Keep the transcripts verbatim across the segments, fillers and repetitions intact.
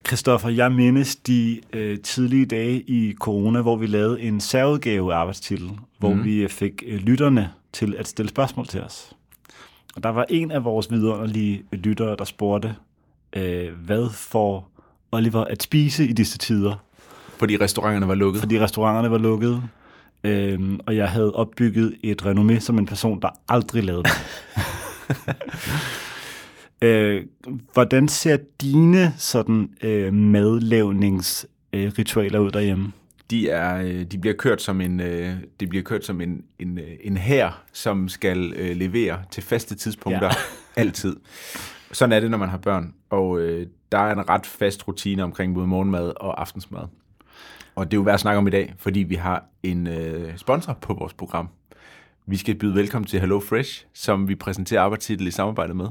Christoffer, jeg mindes de øh, tidlige dage i corona, hvor vi lavede en særudgave af Arbejdstitel, hvor mm. vi fik øh, lytterne til at stille spørgsmål til os. Og der var en af vores vidunderlige lyttere, der spurgte, øh, hvad får Oliver at spise i disse tider? Fordi restauranterne var lukket. Fordi restauranterne var lukket, øh, og jeg havde opbygget et renommé som en person, der aldrig lavede det. Øh, hvordan ser dine sådan øh, madlavningsritualer øh, ud derhjemme? De er, de bliver kørt som en, de bliver kørt som en en en hær, som skal øh, levere til faste tidspunkter, ja. altid. Sådan er det, når man har børn, og øh, der er en ret fast rutine omkring både morgenmad og aftensmad. Og det er jo værd at snakke om i dag, fordi vi har en øh, sponsor på vores program. Vi skal byde velkommen til Hello Fresh, som vi præsenterer Arbejdstitel i samarbejde med.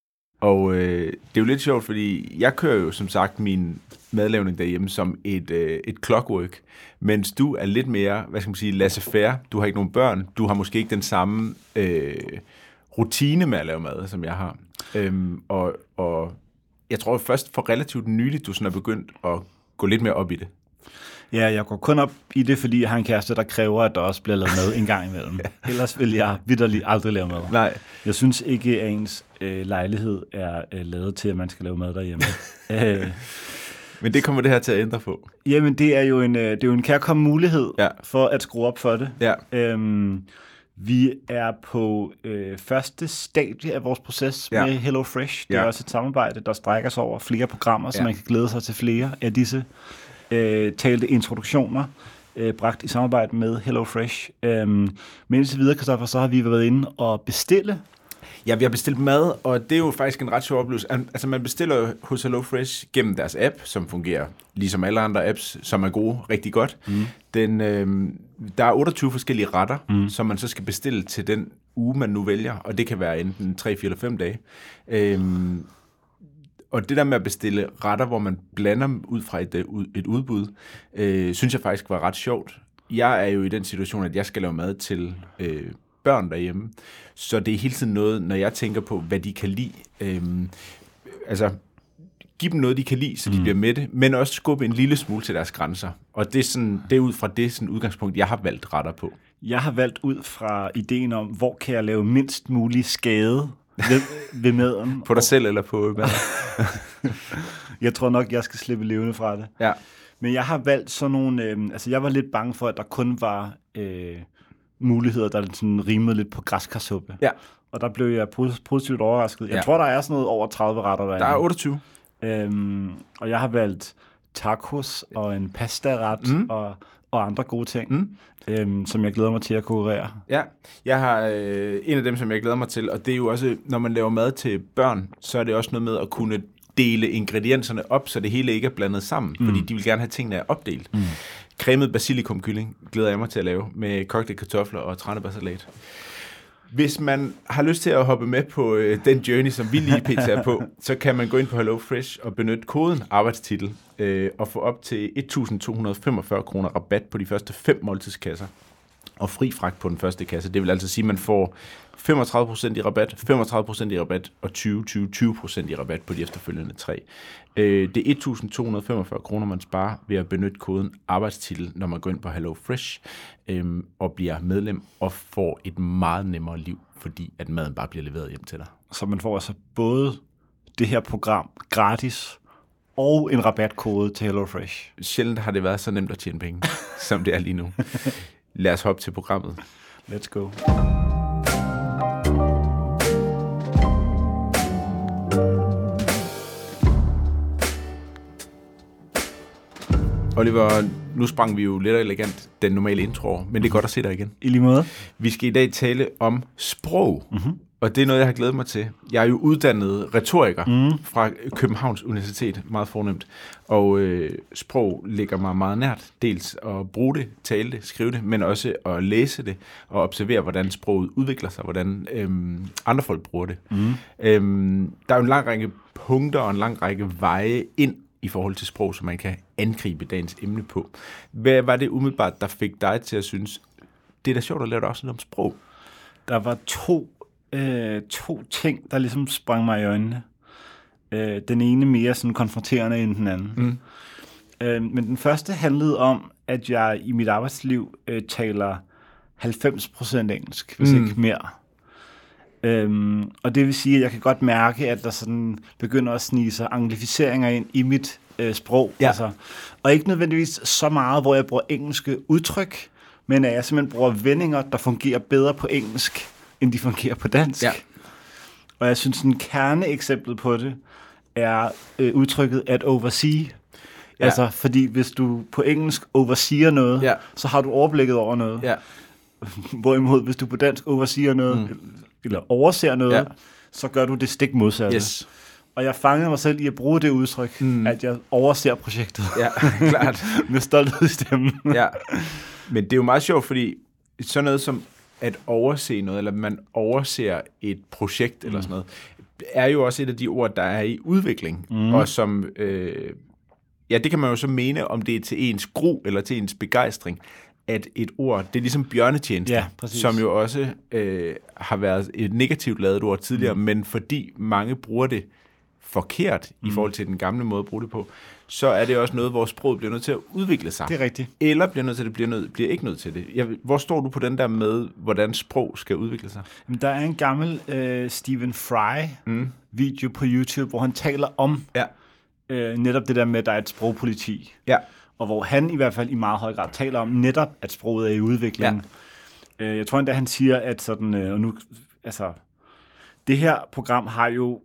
Og øh, det er jo lidt sjovt, fordi jeg kører jo som sagt min madlavning derhjemme som et, øh, et clockwork, mens du er lidt mere, hvad skal man sige, laissez-faire. Du har ikke nogen børn, du har måske ikke den samme øh, rutine med at lave mad, som jeg har. Øhm, og, og jeg tror først for relativt nyligt, du sådan er begyndt at gå lidt mere op i det. Ja, jeg går kun op i det, fordi jeg har en kæreste, der kræver, at der også bliver lavet mad en gang imellem. Ja. Ellers vil jeg vitterligt aldrig lave mad. Nej. Jeg synes ikke, at ens øh, lejlighed er øh, lavet til, at man skal lave mad derhjemme. øh, Men det kommer det her til at ændre på. Jamen, det er jo en, øh, det er jo en kærkommen mulighed ja. for at skrue op for det. Ja. Øhm, vi er på øh, første stadie af vores proces ja. med Hello Fresh. Det ja. er også et samarbejde, der strækker sig over flere programmer, så ja. man kan glæde sig til flere af disse Øh, talte introduktioner, øh, bragt i samarbejde med Hello Fresh. Øhm, men indtil videre, Christoffer, så har vi været inde og bestille. Ja, vi har bestilt mad, og det er jo faktisk en ret sjov oplevelse. Altså, man bestiller hos Hello Fresh gennem deres app, som fungerer ligesom alle andre apps, som er gode, rigtig godt. Mm. Den, øh, der er otteogtyve forskellige retter, mm. som man så skal bestille til den uge, man nu vælger, og det kan være enten tre, fire eller fem dage. Øhm, Og det der med at bestille retter, hvor man blander ud fra et, et udbud, øh, synes jeg faktisk var ret sjovt. Jeg er jo i den situation, at jeg skal lave mad til øh, børn derhjemme, så det er hele tiden noget, når jeg tænker på, hvad de kan lide. Øh, altså, give dem noget, de kan lide, så de mm. bliver mætte, men også skubbe en lille smule til deres grænser. Og det er, sådan, det er ud fra det sådan udgangspunkt, jeg har valgt retter på. Jeg har valgt ud fra ideen om, hvor kan jeg lave mindst mulig skade ved, ved maden. På dig selv eller på maden? Jeg tror nok, jeg skal slippe levende fra det. Ja. Men jeg har valgt sådan nogle... Øh, altså, jeg var lidt bange for, at der kun var øh, muligheder, der sådan rimede lidt på græskarsuppe. Ja. Og der blev jeg positivt overrasket. Jeg ja. tror, der er sådan noget over tredive retter derinde. Der er otteogtyve. Øhm, og jeg har valgt tacos og en pasta-ret mm. og, og andre gode ting. Mm. Øhm, som jeg glæder mig til at kurere. Ja, jeg har øh, en af dem, som jeg glæder mig til, og det er jo også, når man laver mad til børn, så er det også noget med at kunne dele ingredienserne op, så det hele ikke er blandet sammen, mm. fordi de vil gerne have tingene opdelt. Mm. Cremet basilikumkylling glæder jeg mig til at lave, med kogte kartofler og tranebærsalat. Hvis man har lyst til at hoppe med på øh, den journey, som vi lige pt. Er på, så kan man gå ind på Hello Fresh og benytte koden arbejdstitel øh, og få op til et tusind to hundrede og femogfyrre kroner rabat på de første fem måltidskasser og fri fragt på den første kasse. Det vil altså sige, at man får femogtredive procent i rabat, femogtredive procent i rabat og tyve tyve tyve procent i rabat på de efterfølgende tre. Øh, det er et tusind to hundrede og femogfyrre kroner, man sparer ved at benytte koden arbejdstitel, når man går ind på Hello Fresh øh, og bliver medlem og får et meget nemmere liv, fordi at maden bare bliver leveret hjem til dig. Så man får altså både det her program gratis og en rabatkode til Hello Fresh. Sjældent har det været så nemt at tjene penge, som det er lige nu. Lad os hoppe til programmet. Let's go. Oliver, nu sprang vi jo lidt elegant den normale intro, men det er godt at se dig igen. I lige måde. Vi skal i dag tale om sprog, mm-hmm. og det er noget, jeg har glædet mig til. Jeg er jo uddannet retoriker mm. fra Københavns Universitet, meget fornemt, og øh, sprog ligger mig meget nært. Dels at bruge det, tale det, skrive det, men også at læse det og observere, hvordan sproget udvikler sig, hvordan øh, andre folk bruger det. Mm. Øh, der er jo en lang række punkter og en lang række veje ind i forhold til sprog, som man kan angribe dagens emne på. Hvad var det umiddelbart, der fik dig til at synes, det er da sjovt at lære dig også noget om sprog? Der var to, øh, to ting, der ligesom sprang mig i øjnene. Øh, den ene mere sådan konfronterende end den anden. Mm. Øh, men den første handlede om, at jeg i mit arbejdsliv øh, taler halvfems procent engelsk, hvis mm. ikke mere. Øhm, og det vil sige, at jeg kan godt mærke, at der sådan begynder at snige sig anglificeringer ind i mit øh, sprog. Ja. Altså, og ikke nødvendigvis så meget, hvor jeg bruger engelske udtryk, men at jeg simpelthen bruger vendinger, der fungerer bedre på engelsk, end de fungerer på dansk. Ja. Og jeg synes, en kerneeksempel på det er øh, udtrykket at oversee. Ja. Altså, fordi hvis du på engelsk overseer noget, ja. så har du overblikket over noget. Ja. Hvorimod, hvis du på dansk overseer noget, mm. eller overser noget, ja. så gør du det stik modsatte. Yes. Og jeg fangede mig selv i at bruge det udtryk, mm. at jeg overser projektet. Ja, klart. Med stolthed i stemmen. Ja. Men det er jo meget sjovt, fordi sådan noget som at overse noget, eller man overser et projekt, mm. eller sådan noget, er jo også et af de ord, der er i udvikling, mm. og som... Øh, ja, det kan man jo så mene, om det er til ens gru, eller til ens begejstring, at et ord, det er ligesom bjørnetjeneste, ja, som jo også øh, har været et negativt lavet ord tidligere, mm. men fordi mange bruger det forkert mm. i forhold til den gamle måde at bruge det på, så er det også noget, hvor sproget bliver nødt til at udvikle sig. Det er rigtigt. Eller bliver nødt til, at det bliver, nødt, bliver ikke nødt til det. Jeg, hvor står du på den der med, hvordan sprog skal udvikle sig? Der er en gammel øh, Stephen Fry mm. video på YouTube, hvor han taler om ja. øh, netop det der med, at der er et sprogpoliti. Ja. Og hvor han i hvert fald i meget høj grad taler om netop, at sproget er i udvikling. Ja. Øh, jeg tror endda, han siger, at sådan, øh, og nu, altså, det her program har jo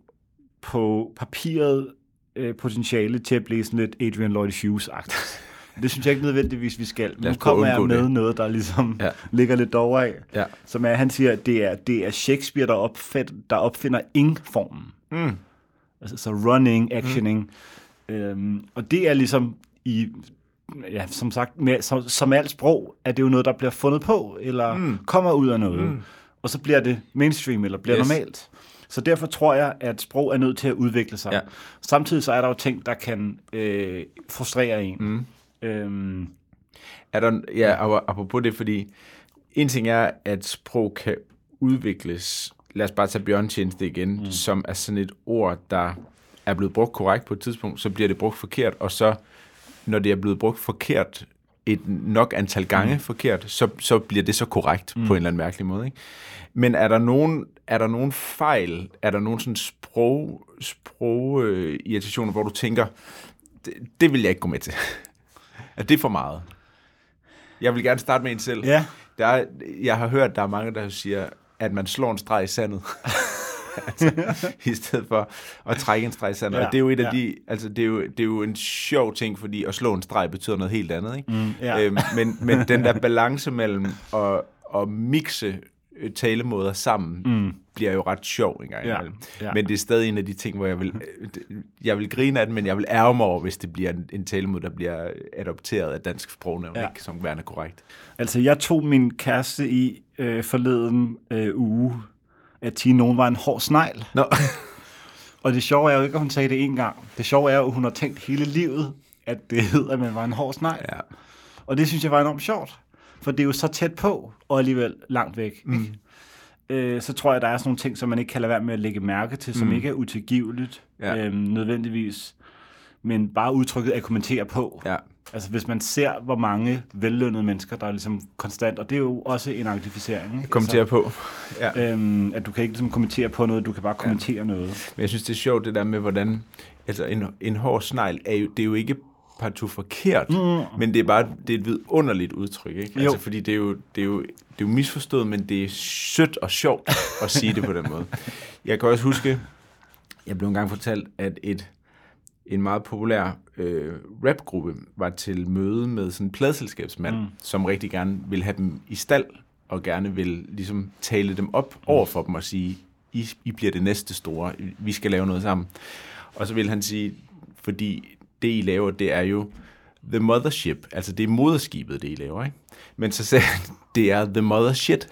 på papiret øh, potentiale til at blive sådan lidt Adrian Lloyd Hughes-agtigt. Det synes jeg ikke nødvendigvis, vi skal. Nu kommer jeg med det. noget, der ligesom ja. ligger lidt over af. Ja. Som er, han siger, at det er, det er Shakespeare, der, opfind, der opfinder ing-formen. Mm. Altså så running, actioning. Mm. Øhm, og det er ligesom i... Ja, som sagt, med, som, som alt sprog, er det jo noget, der bliver fundet på, eller mm. kommer ud af noget. Mm. Og så bliver det mainstream, eller bliver yes. normalt. Så derfor tror jeg, at sprog er nødt til at udvikle sig. Ja. Samtidig så er der jo ting, der kan øh, frustrere en. Mm. Øhm. Er der, ja, apropos det, fordi en ting er, at sprog kan udvikles. Lad os bare tage bjørntjeneste igen, mm. som er sådan et ord, der er blevet brugt korrekt på et tidspunkt, så bliver det brugt forkert, og så når det er blevet brugt forkert, et nok antal gange mm. forkert, så, så bliver det så korrekt mm. på en eller anden mærkelig måde. Ikke? Men er der nogen, er der nogen fejl, er der nogen sådan sprog, sprog øh, irritationer, hvor du tænker, det, det vil jeg ikke gå med til. At det er for meget. Jeg vil gerne starte med en selv. Ja. Der er, jeg har hørt, at der er mange, der siger, at man slår en streg i sandet. altså, i stedet for at trække en streg i sandet. Ja, og det er jo et af ja. de, altså det er jo, det er jo en sjov ting, fordi at slå en streg betyder noget helt andet, ikke? Mm, ja. øhm, men, men den der balance mellem at, at mixe talemåder sammen, mm. bliver jo ret sjov en gang. Ja, ja. Men det er stadig en af de ting, hvor jeg vil, jeg vil grine af den, men jeg vil ærge mig over, hvis det bliver en, en talemåde, der bliver adopteret af dansk sprognævn, ja. ikke som værende korrekt. Altså, jeg tog min kæreste i øh, forleden øh, uge, at sige, at nogen var en hård snegl. No. Og det sjove er jo ikke, at hun sagde det en gang. Det sjove er jo, at hun har tænkt hele livet, at det hedder, at man var en hård snegl. Ja. Og det synes jeg var enormt sjovt. For det er jo så tæt på, og alligevel langt væk. Mm. Øh, så tror jeg, der er sådan nogle ting, som man ikke kan lade være med at lægge mærke til, som mm. ikke er utilgiveligt ja. øhm, nødvendigvis. Men bare udtrykket at kommentere på. Ja. Altså hvis man ser, hvor mange vellønnede mennesker, der er ligesom konstant, og det er jo også en anglificering. Kommentere altså, på. Ja. Øhm, at du kan ikke ligesom kommentere på noget, du kan bare kommentere ja. noget. Men jeg synes, det er sjovt det der med, hvordan altså en, en hård snegl, er jo, det er jo ikke partout forkert, mm. men det er bare det er et vidunderligt udtryk, ikke? Altså, fordi det er, jo, det, er jo, det er jo misforstået, men det er sødt og sjovt at sige det på den måde. Jeg kan også huske, jeg blev engang fortalt, at et en meget populær øh, rapgruppe var til møde med sådan en pladselskabsmand, mm. som rigtig gerne ville have dem i stald, og gerne vil ligesom tale dem op over for dem og sige, I, I bliver det næste store, vi skal lave noget sammen. Og så vil han sige, fordi det, I laver, det er jo the mothership, altså det er moderskibet, det I laver, ikke? Men så sagde han, det er the mother shit.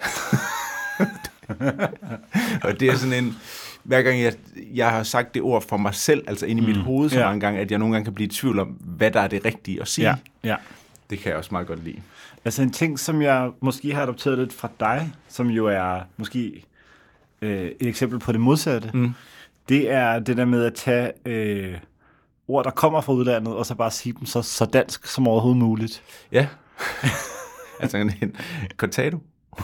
Og det er sådan en, hver gang jeg, jeg har sagt det ord for mig selv, altså inde i mit mm. hoved så ja. mange gange, at jeg nogle gange kan blive i tvivl om, hvad der er det rigtige at sige. Ja. Ja. Det kan jeg også meget godt lide. Altså en ting, som jeg måske har adopteret lidt fra dig, som jo er måske øh, et eksempel på det modsatte, mm. Det er det der med at tage øh, ord, der kommer fra udlandet, og så bare sige dem så, så dansk som overhovedet muligt. Ja. Altså en, en cortado.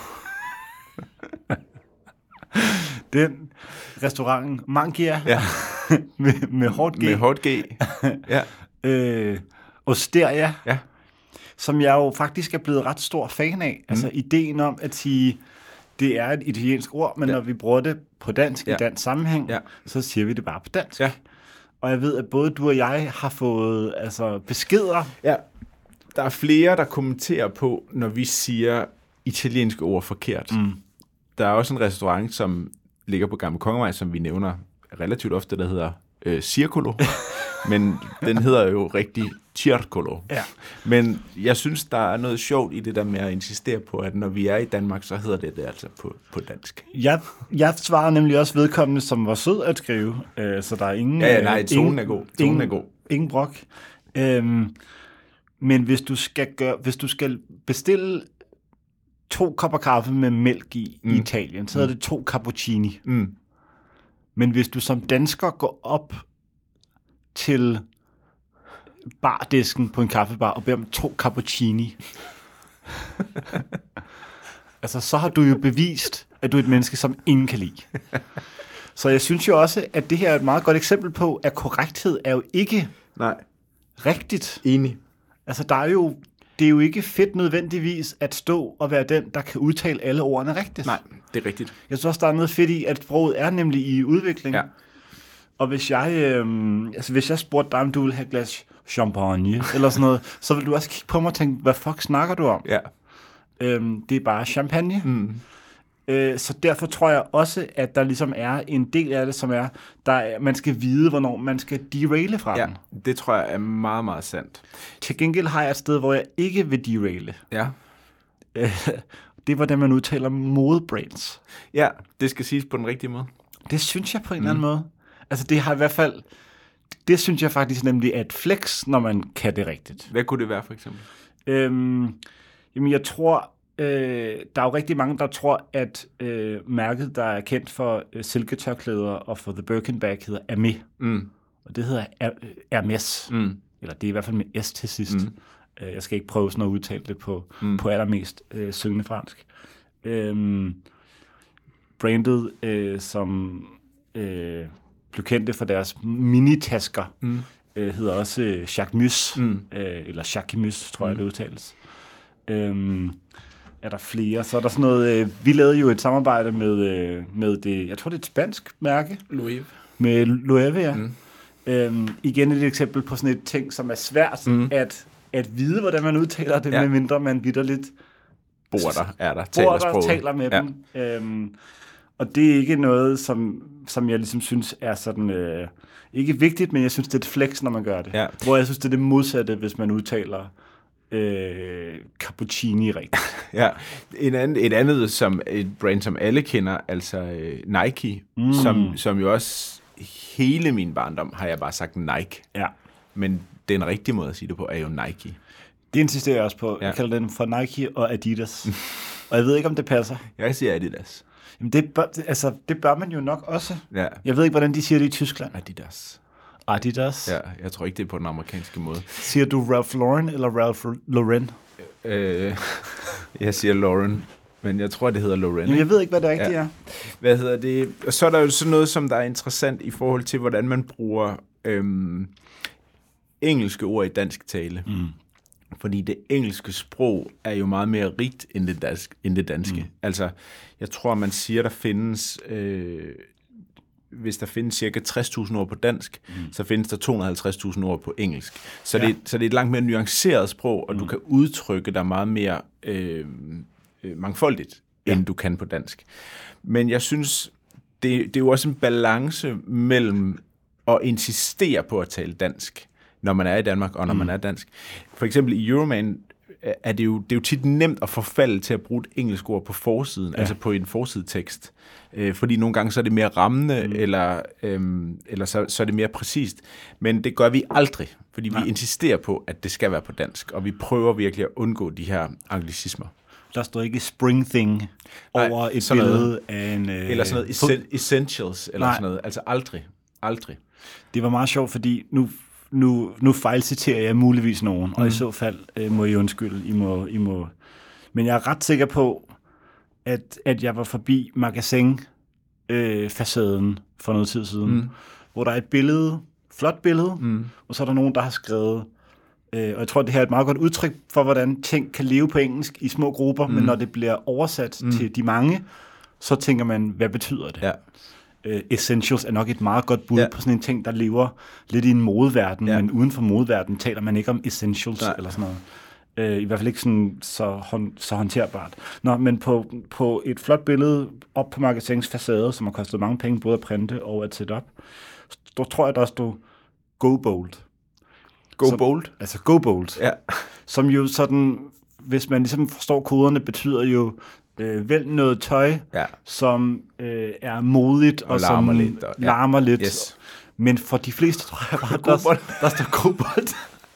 Den restauranten Mangia ja. med, med hårdt G. Med hårdt G. Ja. øh, Osteria. Ja. Som jeg jo faktisk er blevet ret stor fan af. Mm. Altså ideen om at sige, det er et italiensk ord, men ja. når vi bruger det på dansk ja. i dansk sammenhæng, ja. så siger vi det bare på dansk. Ja. Og jeg ved, at både du og jeg har fået altså, beskeder. Ja, der er flere, der kommenterer på, når vi siger italienske ord forkert. Mm. Der er også en restaurant, som ligger på Gamle Kongevej, som vi nævner relativt ofte, der hedder øh, Circolo. Men den hedder jo rigtig Circolo. Ja. Men jeg synes, der er noget sjovt i det der med at insistere på, at når vi er i Danmark, så hedder det det altså på, på dansk. Jeg, jeg svarer nemlig også vedkommende, som var sød at skrive, øh, så der er ingen... Ja, ja nej, tonen ingen, er god. Tonen ingen, er god. Ingen brok. Øhm, men hvis du skal gøre, hvis du skal bestille to kopper kaffe med mælk i, mm. i Italien, så mm. er det to cappuccini. Mm. Men hvis du som dansker går op til bardisken på en kaffebar og beder om to cappuccini, altså så har du jo bevist, at du er et menneske, som ingen kan lide. Så jeg synes jo også, at det her er et meget godt eksempel på, at korrekthed er jo ikke Nej. rigtigt. Enig. Altså der er jo, det er jo ikke fedt nødvendigvis at stå og være den, der kan udtale alle ordene rigtigt. Nej, det er rigtigt. Jeg synes også, der er noget fedt i, at sproget er nemlig i udvikling. Ja. Og hvis jeg, øh, altså hvis jeg spurgte dig, om du ville have et glas champagne, eller sådan noget, så vil du også kigge på mig og tænke, hvad fuck snakker du om? Ja. Øhm, det er bare champagne. Mm. Øh, så derfor tror jeg også, at der ligesom er en del af det, som er, der er, man skal vide, hvornår man skal deraile fra ja, den. Det tror jeg er meget, meget sandt. Til gengæld har jeg et sted, hvor jeg ikke vil deraile. Ja. Øh, det er, hvordan man udtaler modebrands. Ja, det skal siges på den rigtige måde. Det synes jeg på en mm. eller anden måde. Altså det har i hvert fald, det synes jeg faktisk nemlig er et flex, når man kan det rigtigt. Hvad kunne det være for eksempel? Øhm, jamen jeg tror, øh, der er jo rigtig mange, der tror, at øh, mærket, der er kendt for øh, silketørklæder og for The Birkin Bag, hedder Hermès. Mm. Og det hedder Hermès. Mm. Eller det er i hvert fald med S til sidst. Mm. Øh, jeg skal ikke prøve sådan at udtale det på, mm. på allermest øh, syngende fransk. Øhm, brandet, øh, som... Øh, blev kendte for deres minitasker, mm. øh, hedder også øh, Jacques Mus, mm. øh, eller Jacques Mus, tror jeg, mm. det udtales. Øhm, er der flere? Så er der sådan noget, øh, vi lavede jo et samarbejde med, øh, med det, jeg tror det er et spansk mærke. Loewe. Med Loewe, ja. Mm. Øhm, igen et eksempel på sådan et ting, som er svært mm. at, at vide, hvordan man udtaler det, ja. Medmindre man vitterligt bor der, er der, taler der sproget. taler med ja. dem. Øhm, Og det er ikke noget, som, som jeg ligesom synes er sådan, øh, ikke vigtigt, men jeg synes, det er et flex, når man gør det. Ja. Hvor jeg synes, det er det modsatte, hvis man udtaler øh, cappuccini rigtigt. Ja, en anden, et andet som et brand, som alle kender, altså øh, Nike, mm. som, som jo også hele min barndom har jeg bare sagt Nike. Ja. Men den rigtige måde at sige det på er jo Nike. Det insisterer jeg også på. Ja. Jeg kalder den for Nike og Adidas. Og jeg ved ikke, om det passer. Jeg siger Adidas. Jamen det bør, altså, det bør man jo nok også. Ja. Jeg ved ikke, hvordan de siger det i Tyskland. Adidas. Adidas? Ja, jeg tror ikke, det er på den amerikanske måde. Siger du Ralph Lauren eller Ralph Lauren? Øh, jeg siger Lauren, men jeg tror, det hedder Lauren. Jamen, jeg ved ikke, hvad det rigtigt ja. er. Hvad hedder det? Og så er der jo sådan noget, som der er interessant i forhold til, hvordan man bruger øhm, engelske ord i dansk tale. Mm. Fordi det engelske sprog er jo meget mere rigt end det, dansk, end det danske. Mm. Altså, jeg tror, man siger, der findes, øh, hvis der findes cirka tres tusind ord på dansk, mm. så findes der to hundrede og halvtreds tusind ord på engelsk. Så, ja. det, så det er et langt mere nuanceret sprog, og mm. du kan udtrykke dig meget mere øh, øh, mangfoldigt, ja. end du kan på dansk. Men jeg synes, det, det er jo også en balance mellem at insistere på at tale dansk, når man er i Danmark, og når mm. man er dansk. For eksempel i Euroman er det jo, det er jo tit nemt at forfalde til at bruge et engelsk ord på forsiden, ja. altså på en forsidetekst. Øh, fordi nogle gange så er det mere rammende, mm. eller, øhm, eller så, så er det mere præcist. Men det gør vi aldrig, fordi Nej. vi insisterer på, at det skal være på dansk, og vi prøver virkelig at undgå de her anglicismer. der står ikke spring thing over Nej, et billede noget, af en... Øh, eller sådan noget essen, essentials, eller nej. sådan noget. Altså aldrig. Aldrig. Det var meget sjovt, fordi nu, nu, nu fejlciterer jeg muligvis nogen, mm. og i så fald øh, må I undskylde. I må, I må. Men jeg er ret sikker på, at, at jeg var forbi magasin-facaden øh, for noget tid siden, mm. hvor der er et billede, flot billede, mm. og så er der nogen, der har skrevet, øh, og jeg tror, det her er et meget godt udtryk for, hvordan ting kan leve på engelsk i små grupper, mm. men når det bliver oversat mm. til de mange, så tænker man, hvad betyder det? Ja. Uh, essentials er nok et meget godt bud ja. på sådan en ting, der lever lidt i en modeverden, ja. men uden for modeverdenen taler man ikke om essentials Nej. eller sådan noget. Uh, I hvert fald ikke sådan så, hånd, så håndterbart. Nå, men på, på et flot billede op på Magasins facade, som har kostet mange penge, både at printe og at sætte op, der tror jeg, der stod Go Bold. Go som, Bold? Altså Go Bold. Ja. Som jo sådan, hvis man ligesom forstår koderne, betyder jo Øh, vælg noget tøj, ja. som øh, er modigt og, og larmer som lidt, og, ja. larmer lidt. Yes. Men for de fleste tror jeg bare, der, der står kobolt.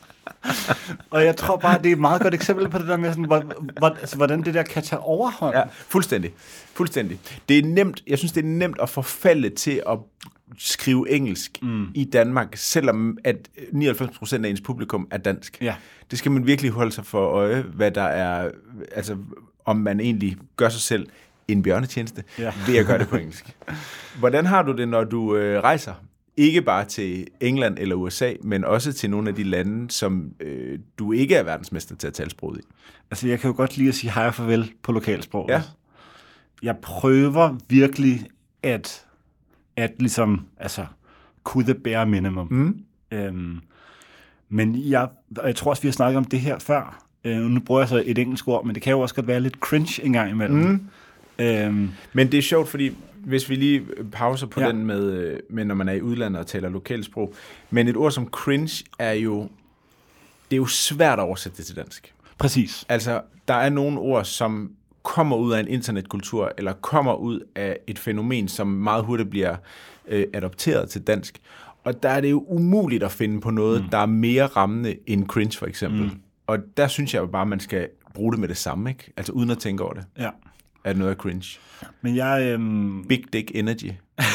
Og jeg tror bare, det er et meget godt eksempel på det der med, sådan, hvor, hvor, altså, hvordan det der kan tage overhånd. Ja, fuldstændig. fuldstændig. Det er nemt, jeg synes, det er nemt at forfalde til at skrive engelsk mm. i Danmark, selvom at nioghalvfems procent af ens publikum er dansk. Ja. Det skal man virkelig holde sig for øje, hvad der er, altså om man egentlig gør sig selv en bjørnetjeneste, ja. ved at gøre det på engelsk. Hvordan har du det, når du øh, rejser? Ikke bare til England eller U S A, men også til nogle af de lande, som øh, du ikke er verdensmester til at tale sproget i. Altså, jeg kan jo godt lide at sige hej og farvel på lokalsproget. Ja. Jeg prøver virkelig at, at ligesom, altså, kunne the bare minimum. Mm. Øhm, men jeg, jeg tror også, vi har snakket om det her før. Øh, nu bruger jeg så et engelsk ord, men det kan jo også godt være lidt cringe en gang imellem. Mm. Øhm. Men det er sjovt, fordi hvis vi lige pauser på ja. den med, med, når man er i udlandet og taler lokalsprog, men et ord som cringe er jo, det er jo svært at oversætte det til dansk. Præcis. Altså, der er nogle ord, som kommer ud af en internetkultur, eller kommer ud af et fænomen, som meget hurtigt bliver øh, adopteret til dansk. Og der er det jo umuligt at finde på noget, mm. der er mere rammende end cringe, for eksempel. Mm. Og der synes jeg jo bare, at man skal bruge det med det samme, ikke? Altså uden at tænke over det. Ja. Er det noget af cringe? Men jeg... Øhm... Big dick energy.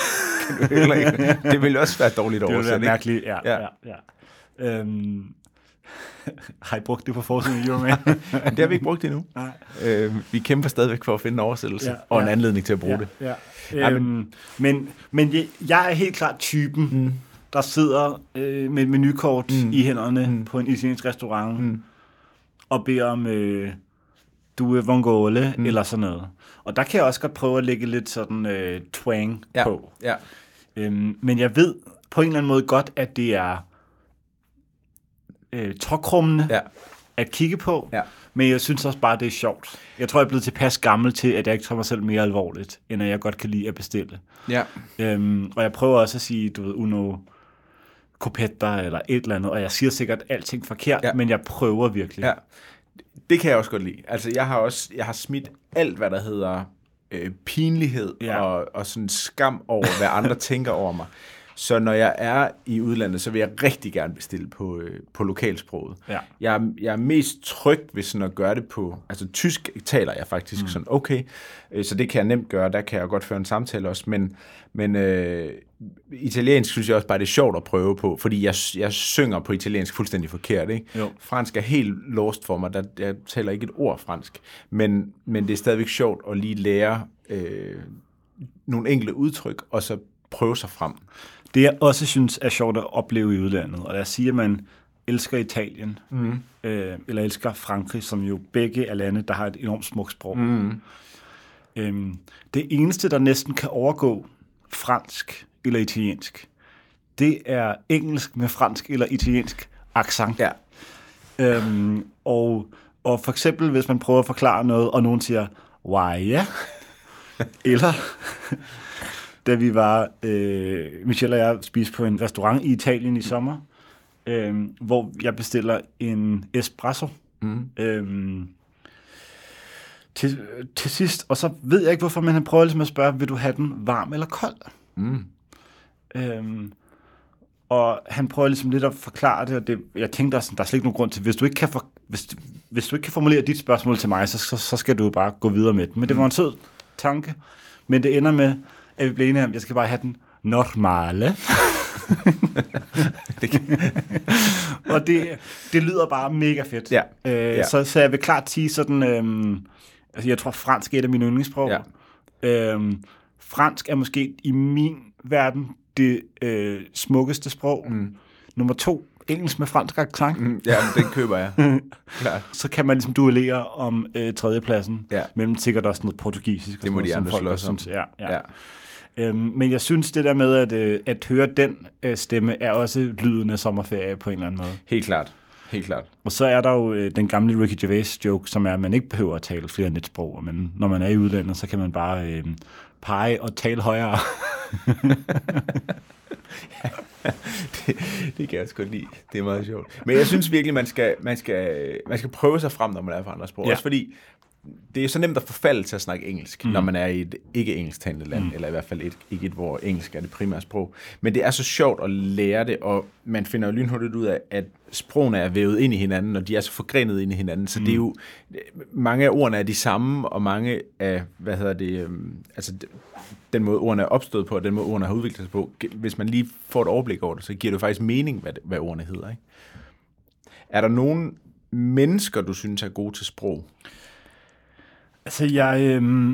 Det vil også være dårligt oversat, ikke? Det vil være mærkeligt, ja. ja. ja, ja. Øhm... Har I brugt det på forsiden i Euroman? Det har vi ikke brugt endnu. Nej. Øh, vi kæmper stadigvæk for at finde en oversættelse, ja, og en ja. anledning til at bruge ja, det. Ja. Øhm, men, men jeg er helt klart typen, mm. der sidder øh, med et menukort mm. i hænderne mm. på en italiensk restaurant, mm. og beder om øh, due vongole, mm. eller sådan noget. Og der kan jeg også godt prøve at lægge lidt sådan øh, twang ja. på. Ja. Øhm, men jeg ved på en eller anden måde godt, at det er øh, tåkrummende ja. at kigge på, ja. men jeg synes også bare, det er sjovt. Jeg tror, jeg er blevet tilpas gammel til, at jeg ikke tager mig selv mere alvorligt, end at jeg godt kan lide at bestille. Ja. Øhm, og jeg prøver også at sige, du ved, uno copetta eller et eller andet, og jeg siger sikkert alting forkert, ja. men jeg prøver virkelig. Ja. Det kan jeg også godt lide. Altså, jeg har også jeg har smidt alt, hvad der hedder øh, pinlighed ja. og, og sådan skam over, hvad andre tænker over mig. Så når jeg er i udlandet, så vil jeg rigtig gerne bestille på, øh, på lokalsproget. Ja. Jeg, jeg er mest tryg ved sådan at gøre det på... Altså, tysk taler jeg faktisk mm. sådan, okay, øh, så det kan jeg nemt gøre. Der kan jeg godt føre en samtale også, men... men øh, italiensk synes jeg også bare, det er sjovt at prøve på, fordi jeg, jeg synger på italiensk fuldstændig forkert, ikke? Jo. Fransk er helt lost for mig, der, jeg taler ikke et ord fransk, men, men det er stadigvæk sjovt at lige lære øh, nogle enkelte udtryk, og så prøve sig frem. Det jeg også synes er sjovt at opleve i udlandet, og lad os sige, at man elsker Italien, mm. øh, eller elsker Frankrig, som jo begge er lande, der har et enormt smukt sprog. Mm. Øhm, det eneste, der næsten kan overgå fransk eller italiensk, det er engelsk med fransk eller italiensk accent. Ja. Øhm, og, og for eksempel, hvis man prøver at forklare noget, og nogen siger, why, ja? Eller, da vi var, øh, Michelle og jeg spiste på en restaurant i Italien i sommer, øh, hvor jeg bestiller en espresso. Mm. Øh, til, til sidst, og så ved jeg ikke, hvorfor, men han prøver ligesom at spørge, vil du have den varm eller kold? Mm. Øhm, Og han prøver ligesom lidt at forklare det, og det, jeg tænkte også, der er slet ikke nogen grund til, hvis du ikke kan, for, hvis, hvis du ikke kan formulere dit spørgsmål til mig, så, så, så skal du bare gå videre med det. Men det var en sød tanke, men det ender med, at vi bliver enige om, jeg skal bare have den normale. det og det, det lyder bare mega fedt. Ja. Øh, ja. Så, så jeg vil klart sige sådan, øhm, altså jeg tror, fransk er et af mine yndlingssprog. Ja. Øhm, fransk er måske i min verden det øh, smukkeste sprog. Mm. Nummer to, engelsk med fransk accent. Mm, ja, den køber jeg. Klart. Så kan man ligesom duellere om øh, tredjepladsen, ja. mellem sikkert også noget portugisisk. Det må de andre slås om. Ja, ja. Ja. Øhm, men jeg synes, det der med at, øh, at høre den øh, stemme, er også lyden af sommerferie på en eller anden måde. Helt klart. Helt klart. Og så er der jo øh, den gamle Ricky Gervais joke, som er, at man ikke behøver at tale flere netsprog, men når man er i udlandet, så kan man bare øh, pege og tale højere. ja, det, det kan jeg sgu lide. Det er meget sjovt. Men jeg synes virkelig, man skal, man skal, man skal prøve sig frem, når man er for andre sprog. Ja. Også fordi det er så nemt at forfalde til at snakke engelsk, mm. når man er i et ikke-engelsktalende land, mm. eller i hvert fald et, ikke et, hvor engelsk er det primære sprog. Men det er så sjovt at lære det, og man finder jo lynhurtigt ud af, at sprogene er vævet ind i hinanden, og de er så forgrenet ind i hinanden. Så mm. det er jo, mange af ordene er de samme, og mange af, hvad hedder det, øhm, altså den måde ordene er opstået på, og den måde ordene har udviklet sig på, hvis man lige får et overblik over det, så giver det jo faktisk mening, hvad, hvad ordene hedder. Ikke? Er der nogen mennesker, du synes er gode til sprog? Altså, jeg, øh,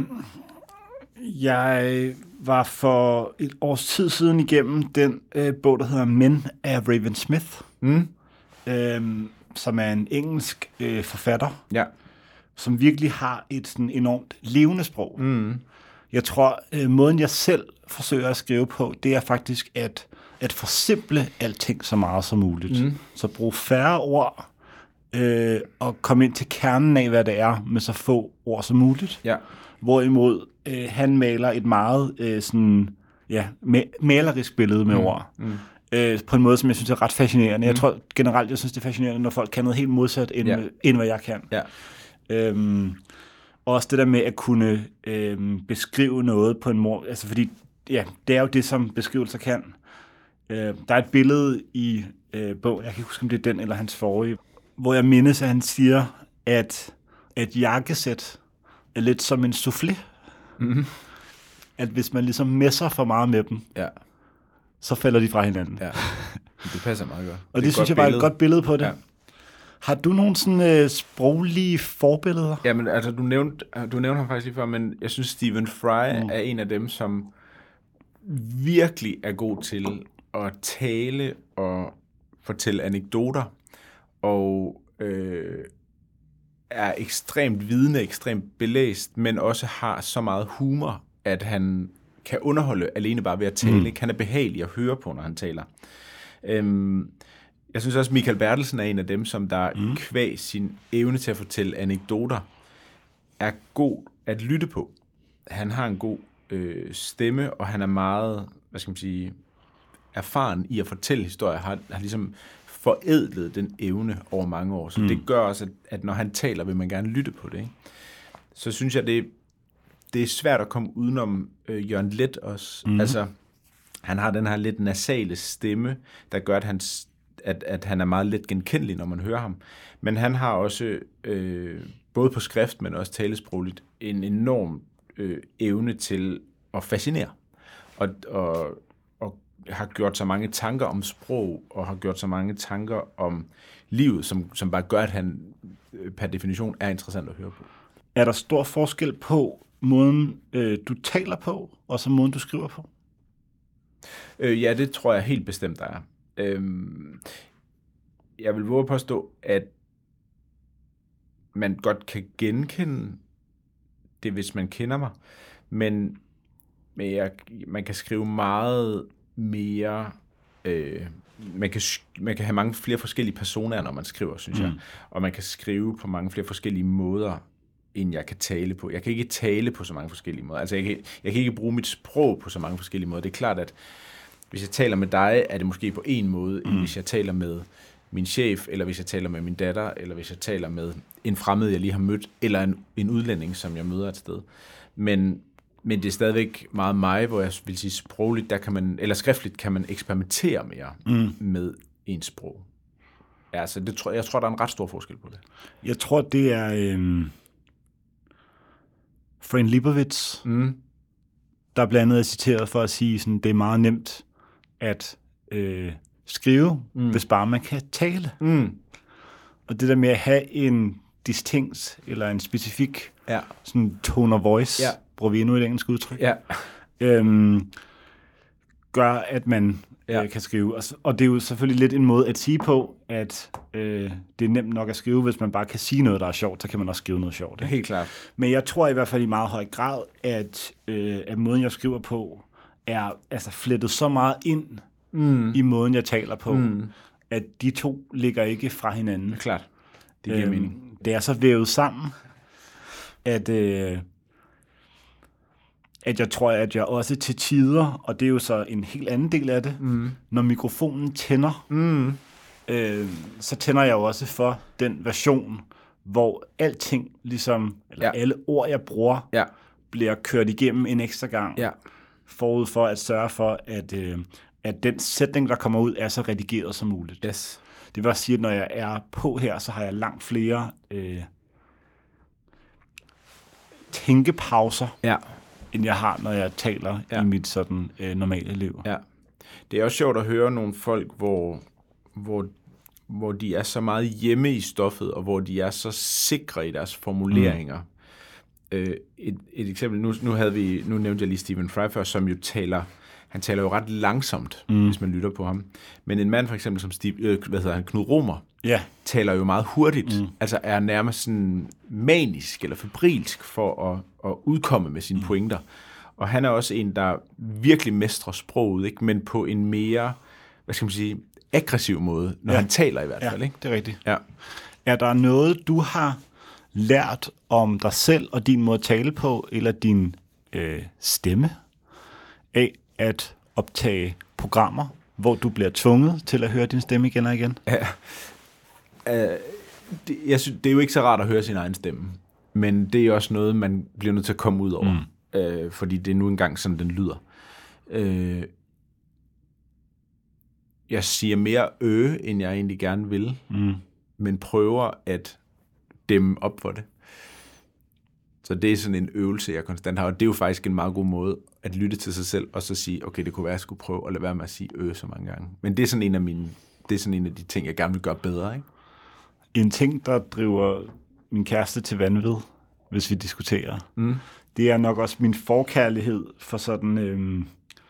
jeg var for et års tid siden igennem den øh, bog, der hedder Men af Raven Smith, mm. øh, som er en engelsk øh, forfatter, ja. som virkelig har et sådan enormt levende sprog. Mm. Jeg tror, øh, måden jeg selv forsøger at skrive på, det er faktisk at, at forsimple alting så meget som muligt. Mm. Så brug færre ord, Øh, og komme ind til kernen af, hvad det er, med så få ord som muligt. Ja. Hvorimod øh, han maler et meget øh, sådan, ja, ma- malerisk billede med mm. ord. Mm. Øh, på en måde, som jeg synes er ret fascinerende. Mm. Jeg tror generelt, jeg synes, det er fascinerende, når folk kan noget helt modsat, end, ja. end hvad jeg kan. Ja. Øhm, også det der med at kunne øh, beskrive noget på en måde, altså fordi, ja, det er jo det, som beskrivelser kan. Øh, der er et billede i øh, bogen, jeg kan ikke huske, om det er den eller hans forrige, hvor jeg mindes, at han siger, at et jakkesæt er lidt som en soufflé. Mm-hmm. At hvis man ligesom messer for meget med dem, ja. så falder de fra hinanden. Ja. Det passer meget godt. Og det, det synes jeg var et godt billede på det. Ja. Har du nogle sådan uh, sproglige forbilleder? Ja, men altså, du nævnte, du nævnte ham faktisk lige før, men jeg synes, Stephen Fry mm. er en af dem, som virkelig er god til at tale og fortælle anekdoter, og øh, er ekstremt vidende, ekstremt belæst, men også har så meget humor, at han kan underholde alene bare ved at tale. Mm. Han er behagelig at høre på, når han taler. Øhm, jeg synes også, Michael Bertelsen er en af dem, som der mm. kvæg sin evne til at fortælle anekdoter, er god at lytte på. Han har en god øh, stemme, og han er meget, hvad skal man sige, erfaren i at fortælle historier, har, har ligesom forædlet den evne over mange år. Så mm. det gør også, at, at når han taler, vil man gerne lytte på det. Ikke? Så synes jeg, det, det er svært at komme udenom øh, Jørgen Leth også. Mm. Altså, han har den her lidt nasale stemme, der gør, at han, at, at han er meget let genkendelig, når man hører ham. Men han har også, øh, både på skrift, men også talesprogligt, en enorm øh, evne til at fascinere. Og, og har gjort så mange tanker om sprog, og har gjort så mange tanker om livet, som, som bare gør, at han per definition er interessant at høre på. Er der stor forskel på måden, øh, du taler på, og så måden, du skriver på? Øh, ja, det tror jeg helt bestemt, der er. Øhm, jeg vil våge at påstå, at man godt kan genkende det, hvis man kender mig, men, men jeg, man kan skrive meget mere, øh, man, kan, man kan have mange flere forskellige personer, når man skriver, synes mm. jeg. Og man kan skrive på mange flere forskellige måder, end jeg kan tale på. Jeg kan ikke tale på så mange forskellige måder. Altså, jeg kan, jeg kan ikke bruge mit sprog på så mange forskellige måder. Det er klart, at hvis jeg taler med dig, er det måske på en måde, mm. end hvis jeg taler med min chef, eller hvis jeg taler med min datter, eller hvis jeg taler med en fremmed, jeg lige har mødt, eller en, en udlænding, som jeg møder et sted. Men Men det er stadigvæk meget mig, hvor jeg vil sige sprogligt, der kan man, eller skriftligt kan man eksperimentere mere mm. med ens sprog. Ja, altså det tror, jeg tror, der er en ret stor forskel på det. Jeg tror, det er øhm, Fran Lebowitz, mm. der blandt andet er citeret for at sige, sådan, det er meget nemt at øh, skrive, mm. hvis bare man kan tale. Mm. Og det der med at have en distinkt eller en specifik ja. sådan tone of voice, ja. bruger vi endnu et engelsk udtryk, ja. øhm, gør, at man ja. øh, kan skrive. Og, og det er jo selvfølgelig lidt en måde at sige på, at øh, det er nemt nok at skrive, hvis man bare kan sige noget, der er sjovt, så kan man også skrive noget sjovt. Ikke? Helt klart. Men jeg tror i hvert fald i meget høj grad, at, øh, at måden, jeg skriver på, er altså flettet så meget ind mm. i måden, jeg taler på, mm. at de to ligger ikke fra hinanden. Det er klart. Det giver øhm, mening. Det er så vævet sammen, at, øh, at jeg tror, at jeg også til tider, og det er jo så en helt anden del af det, mm. når mikrofonen tænder, mm. øh, så tænder jeg jo også for den version, hvor alting, ligesom, eller ja. alle ord, jeg bruger, ja. bliver kørt igennem en ekstra gang, ja. forud for at sørge for, at, øh, at den sætning, der kommer ud, er så redigeret som muligt. Yes. Det vil også sige, at når jeg er på her, så har jeg langt flere øh, tænkepauser, ja. end jeg har, når jeg taler ja. i mit sådan øh, normale liv. Ja. Det er også sjovt at høre nogle folk, hvor, hvor, hvor de er så meget hjemme i stoffet, og hvor de er så sikre i deres formuleringer. Mm. Øh, et, et eksempel, nu, nu, havde vi, nu nævnte jeg lige Stephen Fry før, som jo taler... Han taler jo ret langsomt, mm. hvis man lytter på ham. Men en mand for eksempel som Steve, øh, hvad hedder han, Knud Romer, yeah. taler jo meget hurtigt. Mm. Altså er nærmest sådan manisk eller febrilsk for at, at udkomme med sine mm. pointer. Og han er også en, der virkelig mestrer sproget, ikke? Men på en mere, hvad skal man sige, aggressiv måde, når ja. han taler i hvert fald. Ja, ikke? Det er rigtigt. Ja. Er der noget, du har lært om dig selv og din måde at tale på, eller din øh, stemme af at optage programmer, hvor du bliver tvunget til at høre din stemme igen og igen? Ja. Uh, det, jeg synes, det er jo ikke så rart at høre sin egen stemme, men det er også noget, man bliver nødt til at komme ud over, mm. uh, fordi det er nu engang sådan, den lyder. Uh, jeg siger mere ø, end jeg egentlig gerne vil, mm. men prøver at dæmme op for det. Så det er sådan en øvelse, jeg konstant har, og det er jo faktisk en meget god måde at lytte til sig selv, og så sige, okay, det kunne være, at jeg skulle prøve at lade være med at sige ø så mange gange. Men det er sådan en af mine, det er sådan en af de ting, jeg gerne vil gøre bedre, ikke? En ting, der driver min kæreste til vanvid, hvis vi diskuterer, mm. det er nok også min forkærlighed for sådan øhm,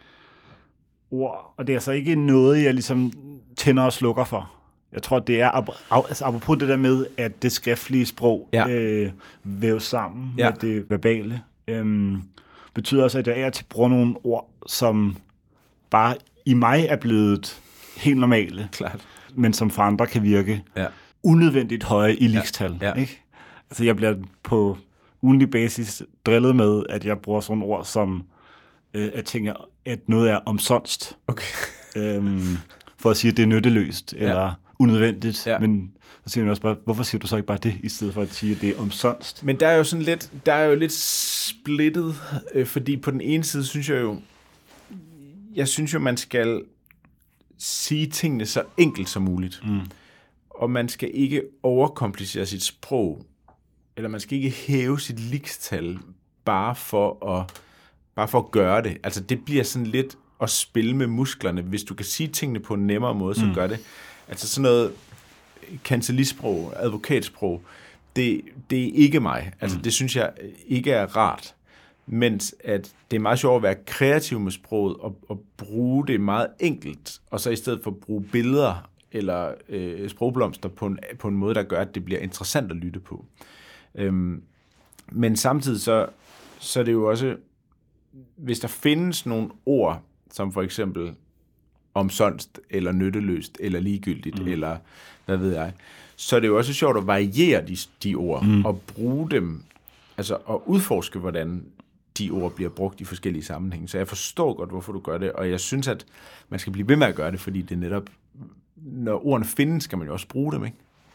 ord, og det er så ikke noget, jeg ligesom tænder og slukker for. Jeg tror, det er, altså apropos det der med, at det skriftlige sprog ja. øh, væves sammen ja. med det verbale, øh, betyder også, at jeg er til bruger nogle ord, som bare i mig er blevet helt normale, klart. Men som for andre kan virke ja. unødvendigt høje i ligestal. Ja. Ja. Ikke? Altså jeg bliver på ugentlig basis drillet med, at jeg bruger sådan ord som, øh, at tænke, at noget er omsonst. Okay. øhm, for at sige, at det er nytteløst, ja. eller unødvendigt, ja. Men så siger man også bare, hvorfor siger du så ikke bare det, i stedet for at sige, at det er omsonst? Men der er jo sådan lidt, der er jo lidt splittet, øh, fordi på den ene side synes jeg jo, jeg synes jo, man skal sige tingene så enkelt som muligt. Mm. Og man skal ikke overkomplicere sit sprog, eller man skal ikke hæve sit ligestal bare for at, bare for at gøre det. Altså det bliver sådan lidt at spille med musklerne. Hvis du kan sige tingene på en nemmere måde, så mm. gør det. Altså sådan noget kancellisprog, advokatsprog, det, det er ikke mig. Altså mm. det synes jeg ikke er rart. Mens at det er meget sjovt at være kreativ med sproget og, og bruge det meget enkelt, og så i stedet for at bruge billeder eller øh, sprogblomster på en, på en måde, der gør, at det bliver interessant at lytte på. Øhm, men samtidig så, så er det jo også, hvis der findes nogle ord, som for eksempel omsonst, eller nytteløst, eller ligegyldigt, mm. eller hvad ved jeg, så er det jo også sjovt at variere de, de ord, mm. og bruge dem, altså at udforske, hvordan de ord bliver brugt i forskellige sammenhænge. Så jeg forstår godt, hvorfor du gør det, og jeg synes, at man skal blive ved med at gøre det, fordi det netop, når ordene findes, skal man jo også bruge dem, ikke?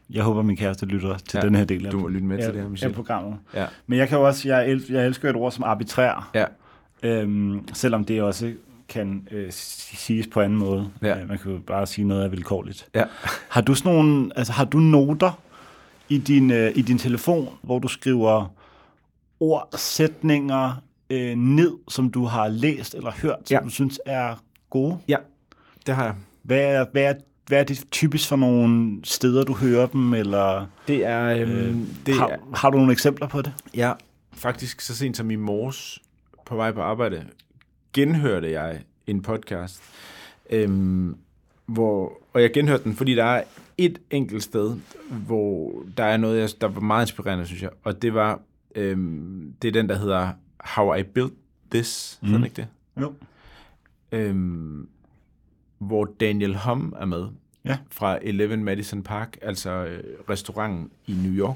Jeg håber, min kæreste lytter til ja, den her del af, du må lytte med af, til det her, Michel. af programmet. Ja. Men jeg kan jo også, jeg, el, jeg elsker et ord som arbitrær, ja. øhm, selvom det også kan øh, siges på anden måde. Ja. Øh, man kan jo bare sige noget af vilkårligt. Ja. Har du sådan nogle, altså har du noter i din, øh, i din telefon, hvor du skriver ord, sætninger øh, ned, som du har læst eller hørt, som ja. du synes er gode? Ja, det har jeg. Hvad er, hvad er, hvad er det typisk for nogle steder, du hører dem? Eller, det er, øhm, øh, det har, er... har du nogle eksempler på det? Ja, faktisk så sent som i morges på vej på arbejde, genhørte jeg en podcast, øhm, hvor, og jeg genhørte den, fordi der er et enkelt sted, hvor der er noget, der var meget inspirerende, synes jeg, og det var, øhm, det er den, der hedder How I Built This, mm. sådan ikke det? Jo. Øhm, hvor Daniel Hum er med, ja. fra elleve Madison Park, altså øh, restauranten i New York.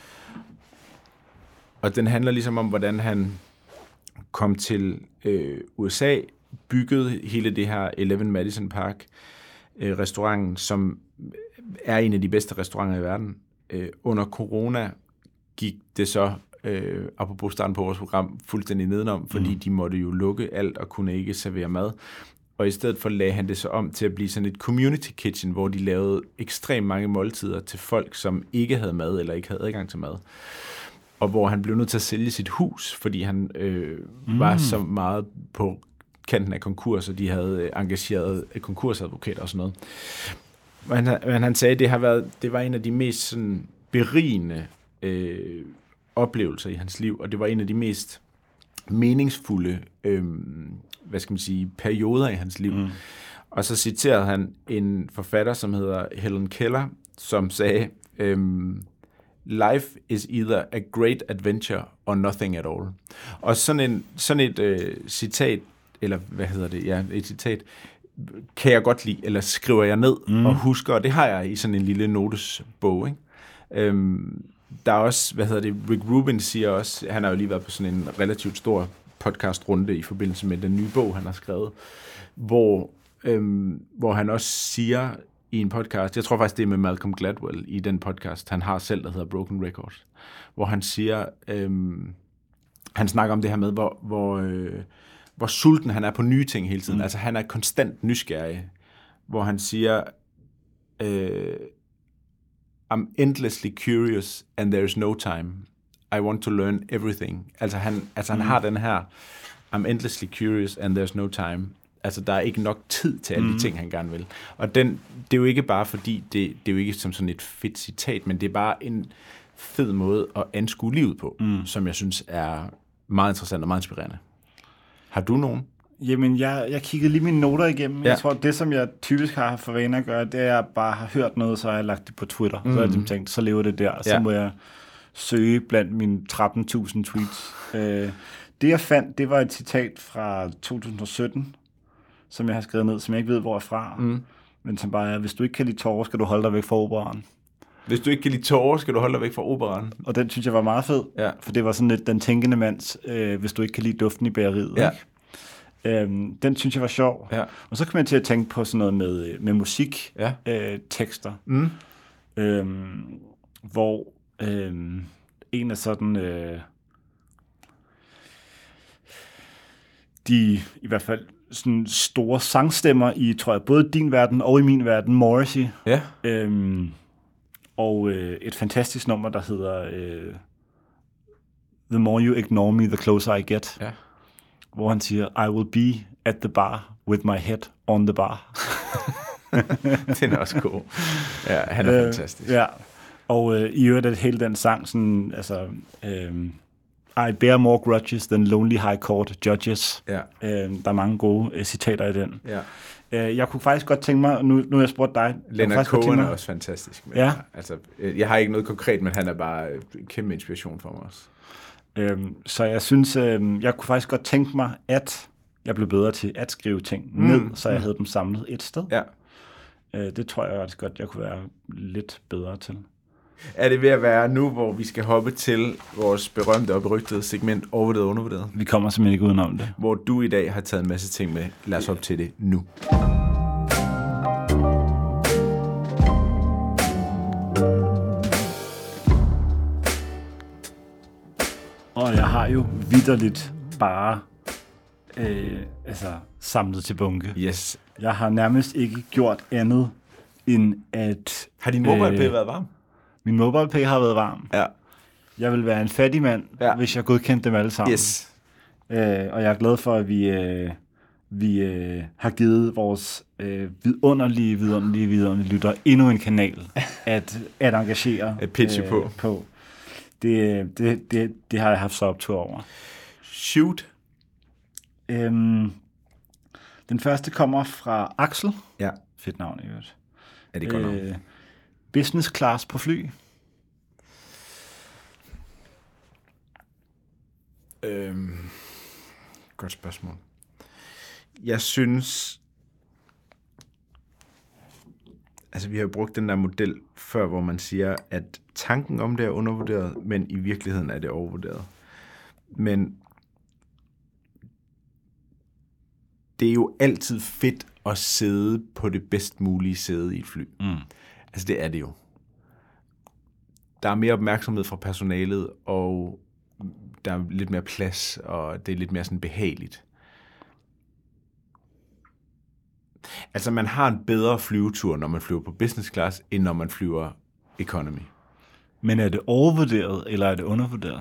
Og den handler ligesom om, hvordan han kom til øh, U S A, byggede hele det her elleve Madison Park øh, restauranten, som er en af de bedste restauranter i verden. Øh, under corona gik det så, øh, apropos starten på vores program, fuldstændig nedenom, fordi mm. de måtte jo lukke alt og kunne ikke servere mad. Og i stedet for lagde han det så om til at blive sådan et community kitchen, hvor de lavede ekstremt mange måltider til folk, som ikke havde mad eller ikke havde adgang til mad. Og hvor han blev nødt til at sælge sit hus, fordi han øh, mm. var så meget på kanten af konkurs, og de havde engageret konkursadvokater og sådan noget. Men han, men han sagde, at det, har været, det var en af de mest sådan, berigende øh, oplevelser i hans liv, og det var en af de mest meningsfulde øh, hvad skal man sige, perioder i hans liv. Mm. Og så citerede han en forfatter, som hedder Helen Keller, som sagde, øhm, life is either a great adventure or nothing at all. Og sådan, en, sådan et øh, citat, eller hvad hedder det, ja, et citat, kan jeg godt lide, eller skriver jeg ned mm. og husker, og det har jeg i sådan en lille notesbog, ikke? Øhm, der er også, hvad hedder det, Rick Rubin siger også, han har jo lige været på sådan en relativt stor podcastrunde i forbindelse med den nye bog, han har skrevet, hvor, øhm, hvor han også siger i en podcast, jeg tror faktisk, det er med Malcolm Gladwell i den podcast, han har selv, der hedder Broken Records, hvor han siger, øhm, han snakker om det her med, hvor, hvor, øh, hvor sulten han er på nye ting hele tiden. Mm. Altså, han er konstant nysgerrig, hvor han siger, øh, I'm endlessly curious, and there's no time. I want to learn everything. Altså han, altså han mm. har den her, I'm endlessly curious, and there's no time. Altså der er ikke nok tid til alle mm. de ting, han gerne vil. Og den, det er jo ikke bare fordi, det, det er jo ikke som sådan et fedt citat, men det er bare en fed måde at anskue livet på, mm. som jeg synes er meget interessant og meget inspirerende. Har du nogen? Jamen, jeg, jeg kiggede lige mine noter igennem. Ja. Jeg tror, det, som jeg typisk har for vane at gøre, det er, at jeg bare har hørt noget, så har jeg lagt det på Twitter. Mm. Så har jeg tænkt, så lever det der. Så ja. må jeg søge blandt mine tretten tusind tweets. øh, det, jeg fandt, det var et citat fra to tusind og sytten, som jeg har skrevet ned, som jeg ikke ved, hvor er fra. Mm. Men som bare er, hvis du ikke kan lide tårer, skal du holde dig væk fra operaen. Hvis du ikke kan lide tårer, skal du holde dig væk fra operaen. Og den synes jeg var meget fed, ja. For det var sådan lidt den tænkende mands, øh, hvis du ikke kan lide duften i bageriet. Ja. Ikke? Øhm, den synes jeg var sjov. Ja. Og så kom jeg til at tænke på sådan noget med, med musik, ja. øh, tekster, mm. øhm, hvor øhm, en af sådan øh, de i hvert fald sådan store sangstemmer i, tror jeg, både din verden og i min verden, Morrissey. Ja. Øhm, og øh, et fantastisk nummer, der hedder øh, The More You Ignore Me, The Closer I Get. Ja. Hvor han siger, I will be at the bar with my head on the bar. Den er også god. Ja, han er øh, fantastisk. Ja, og øh, i øvrigt at hele den sang, sådan, altså, øh, I bear more grudges than lonely high court judges. Ja. Øh, der er mange gode øh, citater i den. Ja. Øh, jeg kunne faktisk godt tænke mig, nu, nu har jeg spurgt dig. Leonard Cohen er også fantastisk. Men, ja. Altså, jeg har ikke noget konkret, men han er bare kæmpe inspiration for mig også. Øhm, så jeg synes, øhm, jeg kunne faktisk godt tænke mig, at jeg blev bedre til at skrive ting mm. ned, så jeg mm. havde dem samlet et sted. Ja. Øh, det tror jeg også godt, jeg kunne være lidt bedre til. Er det ved at være nu, hvor vi skal hoppe til vores berømte og berygtede segment overvurderet og undervurderet? Vi kommer simpelthen ikke udenom det. Hvor du i dag har taget en masse ting med. Lad os hoppe til det nu. Og jeg har jo vitterligt bare øh, altså, samlet til bunke. Yes. Jeg har nærmest ikke gjort andet, end at... Har din MobilePay øh, været varm? Min MobilePay har været varm. Ja. Jeg vil være en fattig mand, ja. hvis jeg godkendte dem alle sammen. Yes. Øh, og jeg er glad for, at vi, øh, vi øh, har givet vores øh, vidunderlige, vidunderlige, vidunderlige lytter endnu en kanal at, at engagere at pitche øh, på. på. Det, det, det, det har jeg haft så optur over. Shoot. Øhm, den første kommer fra Axel. Ja. Fedt navn i øvrigt. Er det godt navn? Øh, business class på fly. Øhm, godt spørgsmål. Jeg synes, altså vi har jo brugt den der model før, hvor man siger, at tanken om det er undervurderet, men i virkeligheden er det overvurderet. Men det er jo altid fedt at sidde på det bedst mulige sæde i et fly. Mm. Altså det er det jo. Der er mere opmærksomhed fra personalet, og der er lidt mere plads, og det er lidt mere sådan behageligt. Altså, man har en bedre flyvetur, når man flyver på business class, end når man flyver economy. Men er det overvurderet, eller er det undervurderet?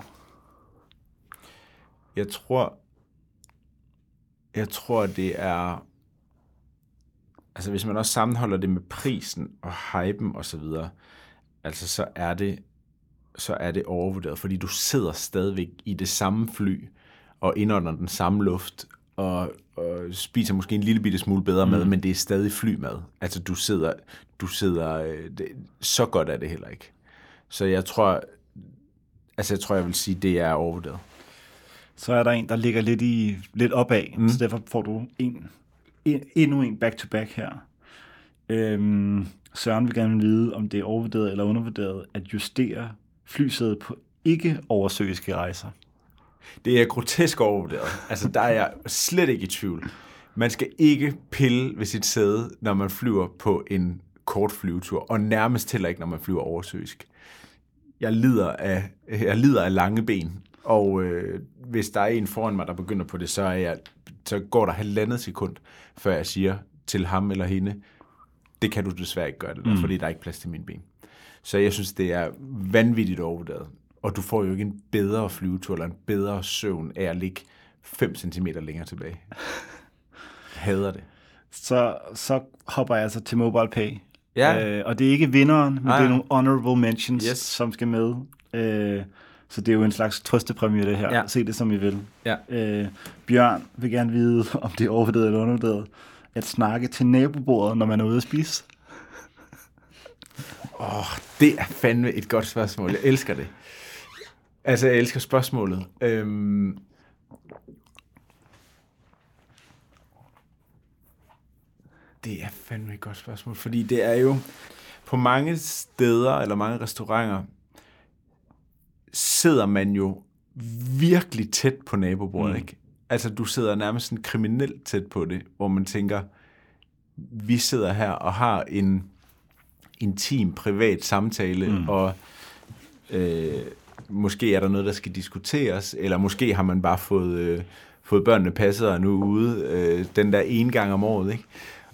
Jeg tror, jeg tror, det er... Altså, hvis man også sammenholder det med prisen og hypen og så videre, altså, så er det så er det overvurderet, fordi du sidder stadigvæk i det samme fly, og indånder den samme luft, og, og spiser måske en lille bitte smule bedre mad, mm. men det er stadig flymad. Altså, du sidder, du sidder det, så godt er det heller ikke. Så jeg tror, altså jeg tror, jeg vil sige, det er overvurderet. Så er der en, der ligger lidt, i, lidt opad, mm. så derfor får du en, en, endnu en back-to-back her. Øhm, Søren vil gerne vide, om det er overvurderet eller undervurderet at justere flysædet på ikke oversøiske rejser. Det er grotesk overvurderet. Altså, der er jeg slet ikke i tvivl. Man skal ikke pille ved sit sæde, når man flyver på en kort flyvetur, og nærmest heller ikke, når man flyver oversøisk. Jeg lider af, jeg lider af lange ben, og øh, hvis der er en foran mig, der begynder på det, så, er jeg, så går der halvandet sekund, før jeg siger til ham eller hende, det kan du desværre ikke gøre det der, mm. fordi der er ikke plads til mine ben. Så jeg synes, det er vanvittigt overvurderet. Og du får jo ikke en bedre flyvetur eller en bedre søvn af at ligge fem centimeter længere tilbage. Jeg hader det. Så, så hopper jeg altså til MobilePay. Ja. Øh, og det er ikke vinderen, men ah, det er nogle honorable mentions, yes. som skal med. Øh, så det er jo en slags trøstepræmie, det her. Ja. Se det, som I vil. Ja. Øh, Bjørn vil gerne vide, om det er overvurderet eller undervurderet at snakke til nabobordet, når man er ude at spise. Åh, oh, det er fandme et godt spørgsmål. Jeg elsker det. Altså, jeg elsker spørgsmålet. Øhm... Det er fandme et godt spørgsmål, fordi det er jo på mange steder, eller mange restauranter, sidder man jo virkelig tæt på nabobordet, mm. ikke? Altså, du sidder nærmest sådan kriminelt tæt på det, hvor man tænker, vi sidder her og har en intim, privat samtale, mm. og øh, måske er der noget, der skal diskuteres, eller måske har man bare fået, øh, fået børnene passet og nu ude øh, den der ene gang om året, ikke?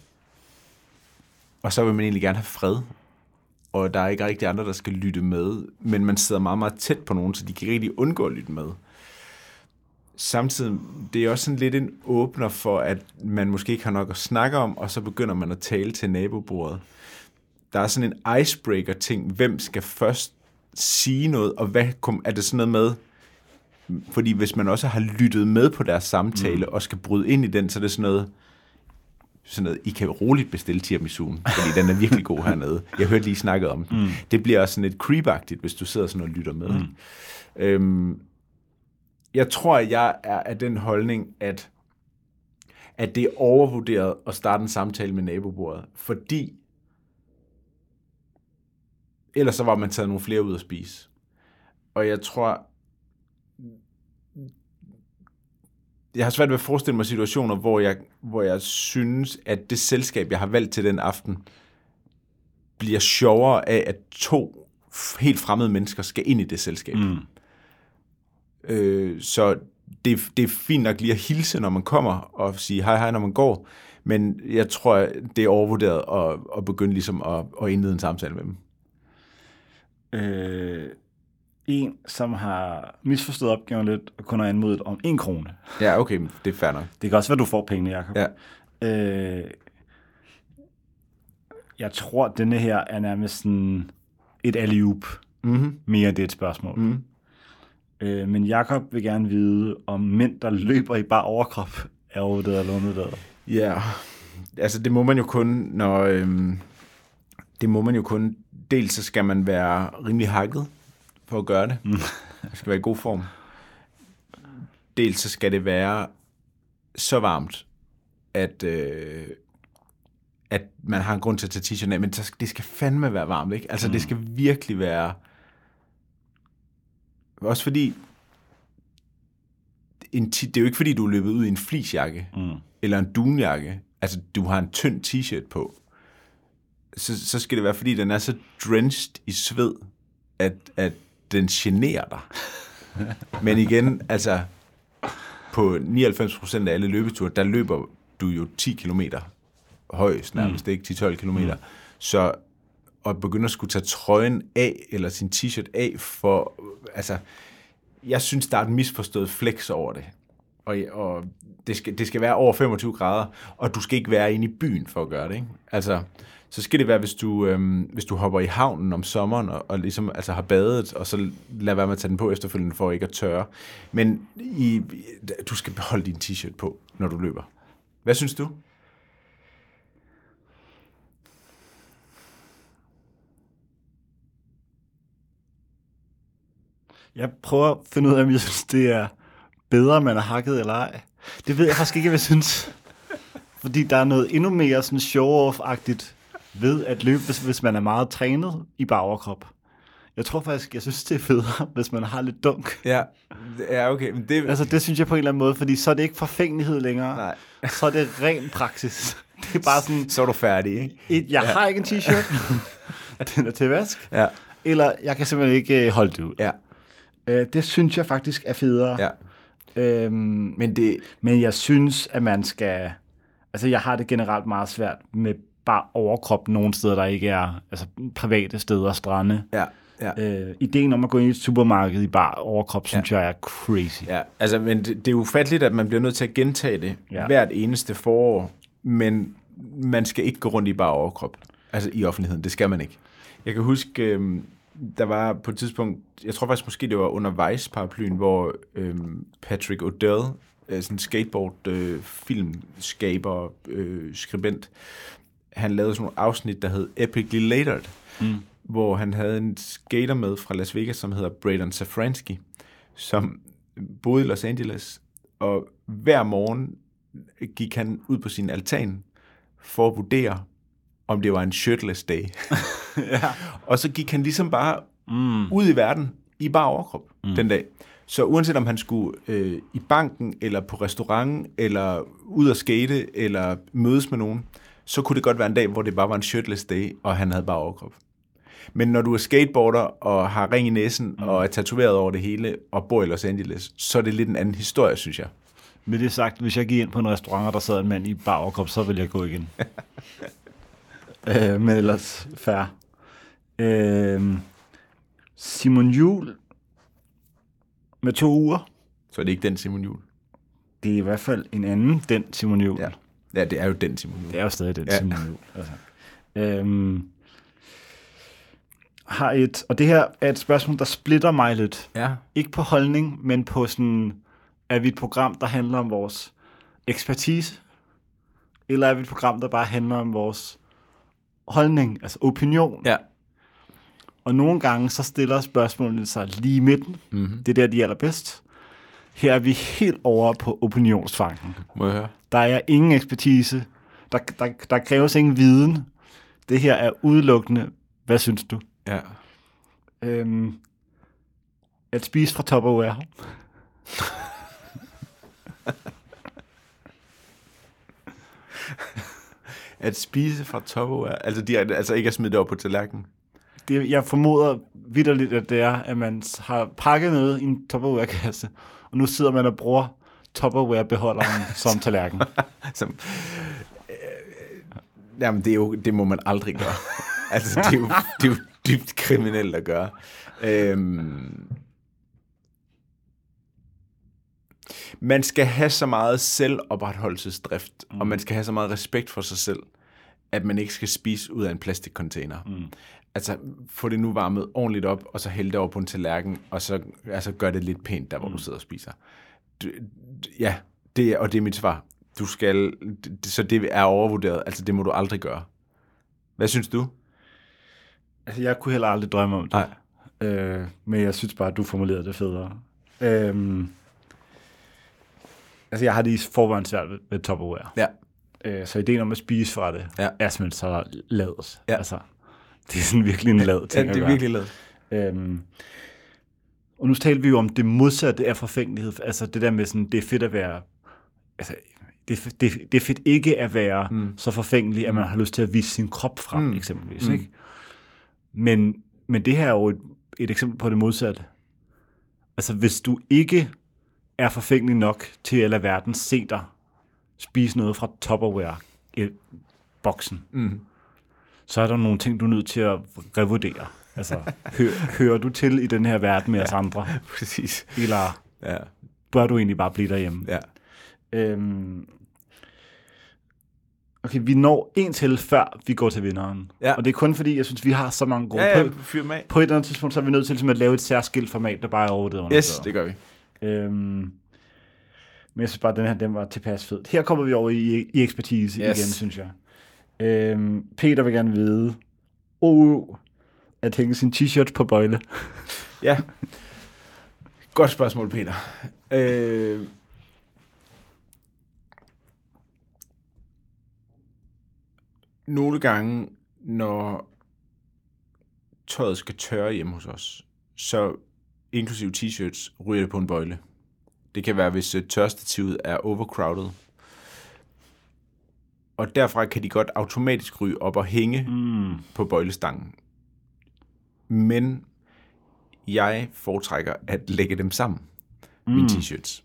Og så vil man egentlig gerne have fred, og der er ikke rigtig andre, der skal lytte med, men man sidder meget, meget tæt på nogen, så de kan ikke rigtig undgå at lytte med. Samtidig, det er også sådan lidt en åbner for, at man måske ikke har nok at snakke om, og så begynder man at tale til nabobordet. Der er sådan en icebreaker-ting. Hvem skal først sige noget, og hvad er det sådan noget med? Fordi hvis man også har lyttet med på deres samtale, mm. og skal bryde ind i den, så er det sådan noget, sådan noget, I kan roligt bestille tiramisuen, fordi den er virkelig god hernede. Jeg hørte lige snakket om den. Mm. Det bliver også sådan lidt creep-agtigt, hvis du sidder sådan og lytter med. Mm. Øhm, jeg tror, at jeg er af den holdning, at, at det er overvurderet at starte en samtale med nabobordet, fordi ellers så var man taget nogle flere ud at spise. Og jeg tror, jeg har svært ved at forestille mig situationer, hvor jeg, hvor jeg synes, at det selskab, jeg har valgt til den aften, bliver sjovere af, at to helt fremmede mennesker skal ind i det selskab. Mm. Øh, så det, det er fint nok lige at hilse, når man kommer, og sige hej hej, når man går. Men jeg tror, det er overvurderet at, at begynde ligesom at, at indlede en samtale med dem. Øh, en, som har misforstået opgaven lidt, og kun har anmodet om en krone. Ja, okay, det er fair nok. Det kan også være, du får pengene, Jacob. Ja. Øh, jeg tror, at denne her er nærmest sådan et alley-oop. Mm-hmm. Mere end det er et spørgsmål. Mm. Øh, men Jacob vil gerne vide, om mænd, der løber i bare overkrop, er overvurderet eller undervurderet. Ja, yeah. Altså det må man jo kun, når... Øhm, det må man jo kun... Dels så skal man være rimelig hakket for at gøre det. Mm. Det skal være i god form. Dels så skal det være så varmt, at, øh, at man har en grund til at tage t-shirten af, men det skal fandme være varmt, ikke? Altså mm. det skal virkelig være... Også fordi... En t- det er jo ikke fordi, du er løbet ud i en fleecejakke, mm. eller en dunjakke. Altså, du har en tynd t-shirt på. Så, så skal det være, fordi den er så drenched i sved, at, at den generer dig. Men igen, altså, på nioghalvfems procent af alle løbeture, der løber du jo ti kilometer højst, nærmest mm. ikke ti til tolv kilometer. Mm. Så at begynde at skulle tage trøjen af, eller sin t-shirt af, for, altså, jeg synes, der er et misforstået flex over det. Og, og det, skal, det skal være over femogtyve grader, og du skal ikke være inde i byen for at gøre det, ikke? Altså, så skal det være, hvis du, øhm, hvis du hopper i havnen om sommeren, og, og ligesom altså, har badet, og så lad være med at tage den på efterfølgende, for ikke at tørre. Men i, du skal beholde din t-shirt på, når du løber. Hvad synes du? Jeg prøver at finde ud af, om jeg synes, det er bedre, man er hakket eller ej. Det ved jeg faktisk ikke, hvad jeg synes. Fordi der er noget endnu mere sådan show-off-agtigt ved at løbe, hvis, hvis man er meget trænet i bare overkrop. Jeg tror faktisk, jeg synes, det er federe, hvis man har lidt dunk. Ja, ja okay. Men det... Altså, det synes jeg på en eller anden måde, fordi så er det ikke forfængelighed længere. Nej. Så er det ren praksis. Det er bare sådan... Så er du færdig, ikke? Et, jeg ja. har ikke en t-shirt. Den er til vask. Ja. Eller jeg kan simpelthen ikke holde det ud. Ja. Øh, det synes jeg faktisk er federe. Ja. Øhm, men, det, men jeg synes, at man skal... Altså, jeg har det generelt meget svært med bare overkrop nogle steder, der ikke er altså private steder, strande. Ja, ja. Øh, ideen om at gå ind i et supermarked i bare overkrop, synes ja. jeg er crazy. Ja, altså, men det, det er ufatteligt, at man bliver nødt til at gentage det ja. hvert eneste forår, men man skal ikke gå rundt i bare overkrop. Altså i offentligheden, det skal man ikke. Jeg kan huske, øh, der var på et tidspunkt, jeg tror faktisk måske, det var under Vice-paraplyen, hvor øh, Patrick O'Dell, sådan en skateboard-filmskaber, øh, øh, skribent, han lavede sådan nogle afsnit, der hed Epically Latered, mm. hvor han havde en skater med fra Las Vegas, som hedder Braden Safransky, som boede i Los Angeles, og hver morgen gik han ud på sin altan for at vurdere, om det var en shirtless day. ja. Og så gik han ligesom bare mm. ud i verden i bare overkrop mm. den dag. Så uanset om han skulle øh, i banken, eller på restaurant, eller ud at skate, eller mødes med nogen, så kunne det godt være en dag, hvor det bare var en shirtless day, og han havde bare overkrop. Men når du er skateboarder, og har ring i næsen, mm. og er tatoveret over det hele, og bor i Los Angeles, så er det lidt en anden historie, synes jeg. Med det sagt, hvis jeg gik ind på en restaurant, og der sad en mand i bare overkrop, så ville jeg gå igen. øh, men ellers fair. Øh, Simon Juhl med to uger. Så er det ikke den Simon Juhl? Det er i hvert fald en anden, den Simon Juhl. Ja, ja det er jo den Simon Juhl. Det er jo stadig den ja. Simon Juhl. Altså. Øhm, har et, og det her er et spørgsmål, der splitter mig lidt. Ja. Ikke på holdning, men på sådan, er vi et program, der handler om vores ekspertise, eller er vi et program, der bare handler om vores holdning, altså opinion? Ja. Og nogle gange, så stiller spørgsmålene sig lige i midten. Mm-hmm. Det er der, de er allerbedst. Her er vi helt over på opinionsfangen. Må jeg høre? Der er ingen ekspertise. Der, der, der kræves ingen viden. Det her er udelukkende, hvad synes du? Ja. Øhm, at spise fra Tupperware. At spise fra Tupperware? Altså, de, altså ikke at smide det op på tallerkenen? det, jeg formoder vitterligt, at det er, at man har pakket noget i en Tupperware-kasse, og nu sidder man og bruger Tupperware-beholderen som tallerken. som, øh, jamen, det, er jo, det må man aldrig gøre. altså, det er, jo, det er jo dybt kriminelt at gøre. Øhm, man skal have så meget selvopretholdelsesdrift, mm. og man skal have så meget respekt for sig selv, at man ikke skal spise ud af en plastikcontainer. Mm. Altså, få det nu varmet ordentligt op, og så hælde det over på en tallerken, og så altså, gør det lidt pænt, der hvor mm. du sidder og spiser. Du, ja, det er, og det er mit svar. Du skal, det, så det er overvurderet. Altså, det må du aldrig gøre. Hvad synes du? Altså, jeg kunne heller aldrig drømme om det. Nej. Øh, men jeg synes bare, at du formulerede det federe. Øh, altså, jeg har det i forvejen svært ved, ved Tupperware. Ja. Øh, så ideen om at spise fra det, ja. er simpelthen så ladet. Ja. Altså, det er sådan virkelig en lad ting ja, det er virkelig ladet. Øhm, og nu taler vi jo om det modsatte af forfængelighed. Altså det der med sådan, det er fedt at være, altså det, det, det er fedt ikke at være mm. så forfængelig, at man har lyst til at vise sin krop frem, mm. eksempelvis. Mm. Ikke? Men, men det her er jo et, et eksempel på det modsatte. Altså hvis du ikke er forfængelig nok til at lade verden se dig spise noget fra Tupperware-boksen, mm. så er der nogle ting, du er nødt til at revurdere. Altså, hø- hører du til i den her verden med ja, os andre? Præcis. Eller ja. bør du egentlig bare blive derhjemme? Ja. Øhm, okay, vi når en til, før vi går til vinderen. Ja. Og det er kun fordi, jeg synes, vi har så mange gode. Ja, ja, på, med. på et eller andet tidspunkt, så er vi nødt til at lave et særskilt format, der bare er overvurderet. Yes, det gør vi. Øhm, men jeg synes bare, at den her, den var tilpas fed. Her kommer vi over i, i ekspertise yes. igen, synes jeg. Øhm, Peter vil gerne vide, oh, at hænge sin t-shirt på bøjle. Ja. Godt spørgsmål, Peter. Øh... Nogle gange, når tøjet skal tørre hjemme hos os, så inklusive t-shirts ryger det på en bøjle. Det kan være, hvis tørstativet er overcrowded. Og derfra kan de godt automatisk ryge op og hænge mm. på bøjlestangen. Men jeg foretrækker at lægge dem sammen, mm. mine t-shirts.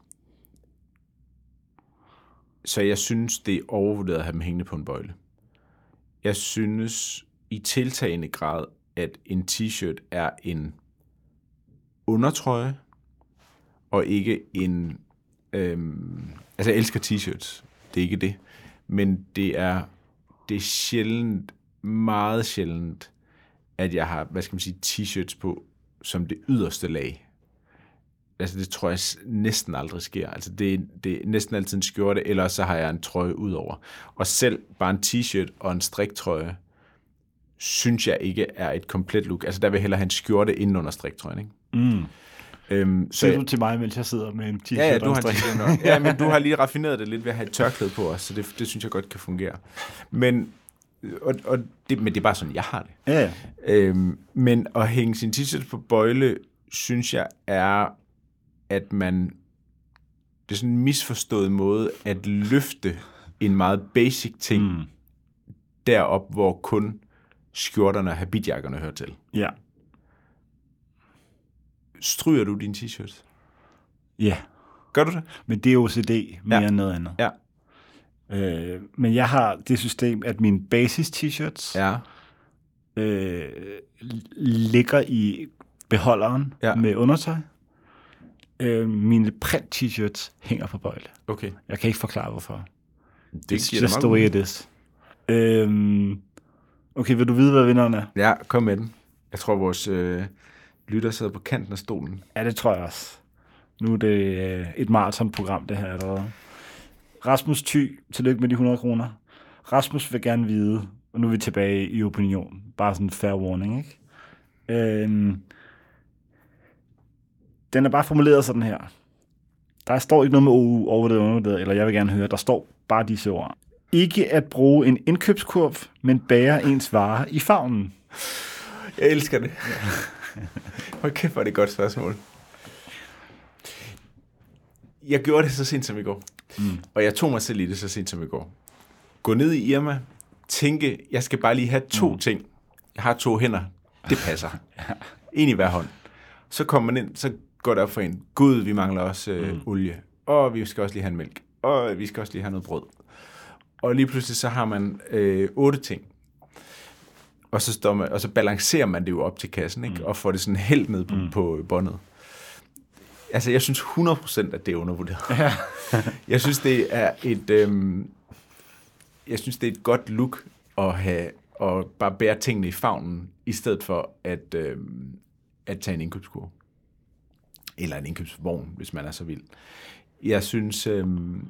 Så jeg synes, det er overvurderet at have dem hængende på en bøjle. Jeg synes i tiltagende grad, at en t-shirt er en undertrøje, og ikke en... Øhm, altså, jeg elsker t-shirts. Det er ikke det. Men det er, det er sjældent, meget sjældent, at jeg har, hvad skal man sige, t-shirts på som det yderste lag. Altså, det tror jeg næsten aldrig sker. Altså, det, det er næsten altid en skjorte, eller så har jeg en trøje udover. Og selv bare en t-shirt og en striktrøje, synes jeg ikke er et komplet look. Altså, der vil jeg hellere have en skjorte inden under striktrøjen, ikke? Mm. Øhm, så Ser du til mig, mens jeg sidder med en t-shirt ja, ja, du og har t-shirt ja, men du har lige raffineret det lidt ved at have et tørklæde på os, så det, det synes jeg godt kan fungere. Men, og, og det, men det er bare sådan, jeg har det. Ja, ja. Øhm, men at hænge sin t-shirt på bøjle, synes jeg er, at man... Det er sådan en misforstået måde at løfte en meget basic ting mm. derop, hvor kun skjorterne og habitjakkerne hører til. Ja. Stryger du din t-shirt? Ja. Gør du det? Men det er O C D mere ja. end noget andet. Ja. Øh, men jeg har det system, at mine basis t-shirts ja. øh, ligger i beholderen ja. med undertøj. Øh, mine print t-shirts hænger på bøjle. Okay. Jeg kan ikke forklare, hvorfor. Det It's just the way it is. Øh, okay, vil du vide, hvad vinderen er? Ja, kom med den. Jeg tror, vores... Øh lytter sidder på kanten af stolen. Ja, det tror jeg også. Nu er det øh, et maratonprogram, det her allerede. Rasmus Thy, tillykke med de hundrede kroner. Rasmus vil gerne vide, og nu er vi tilbage i opinion. Bare sådan en fair warning, ikke? Øhm, den er bare formuleret sådan her. Der står ikke noget med overvurderet undervurderet, eller jeg vil gerne høre, der står bare disse ord. Ikke at bruge en indkøbskurv, men bære ens varer i favnen. Jeg elsker det. Hvor kæft, hvor er det et godt spørgsmål. Jeg gjorde det så sent som i går. Mm. Og jeg tog mig selv i det så sent som i går. Gå ned i Irma, tænke, jeg skal bare lige have to mm. ting. Jeg har to hænder. Det passer. En i hver hånd. Så kommer man ind, så går det op for en. Gud, vi mangler også øh, mm. olie. Og vi skal også lige have en mælk. Og vi skal også lige have noget brød. Og lige pludselig så har man øh, otte ting. Og så, står man, og så balancerer man det jo op til kassen, ikke? Mm. Og får det sådan helt ned på, mm. på båndet. Altså, jeg synes hundrede procent, at det er undervurderet. Ja. Jeg synes, det er et... Øhm, jeg synes, det er et godt look at have og bare bære tingene i favnen, i stedet for at, øhm, at tage en indkøbskurv. Eller en indkøbsvogn, hvis man er så vild. Jeg synes... Øhm,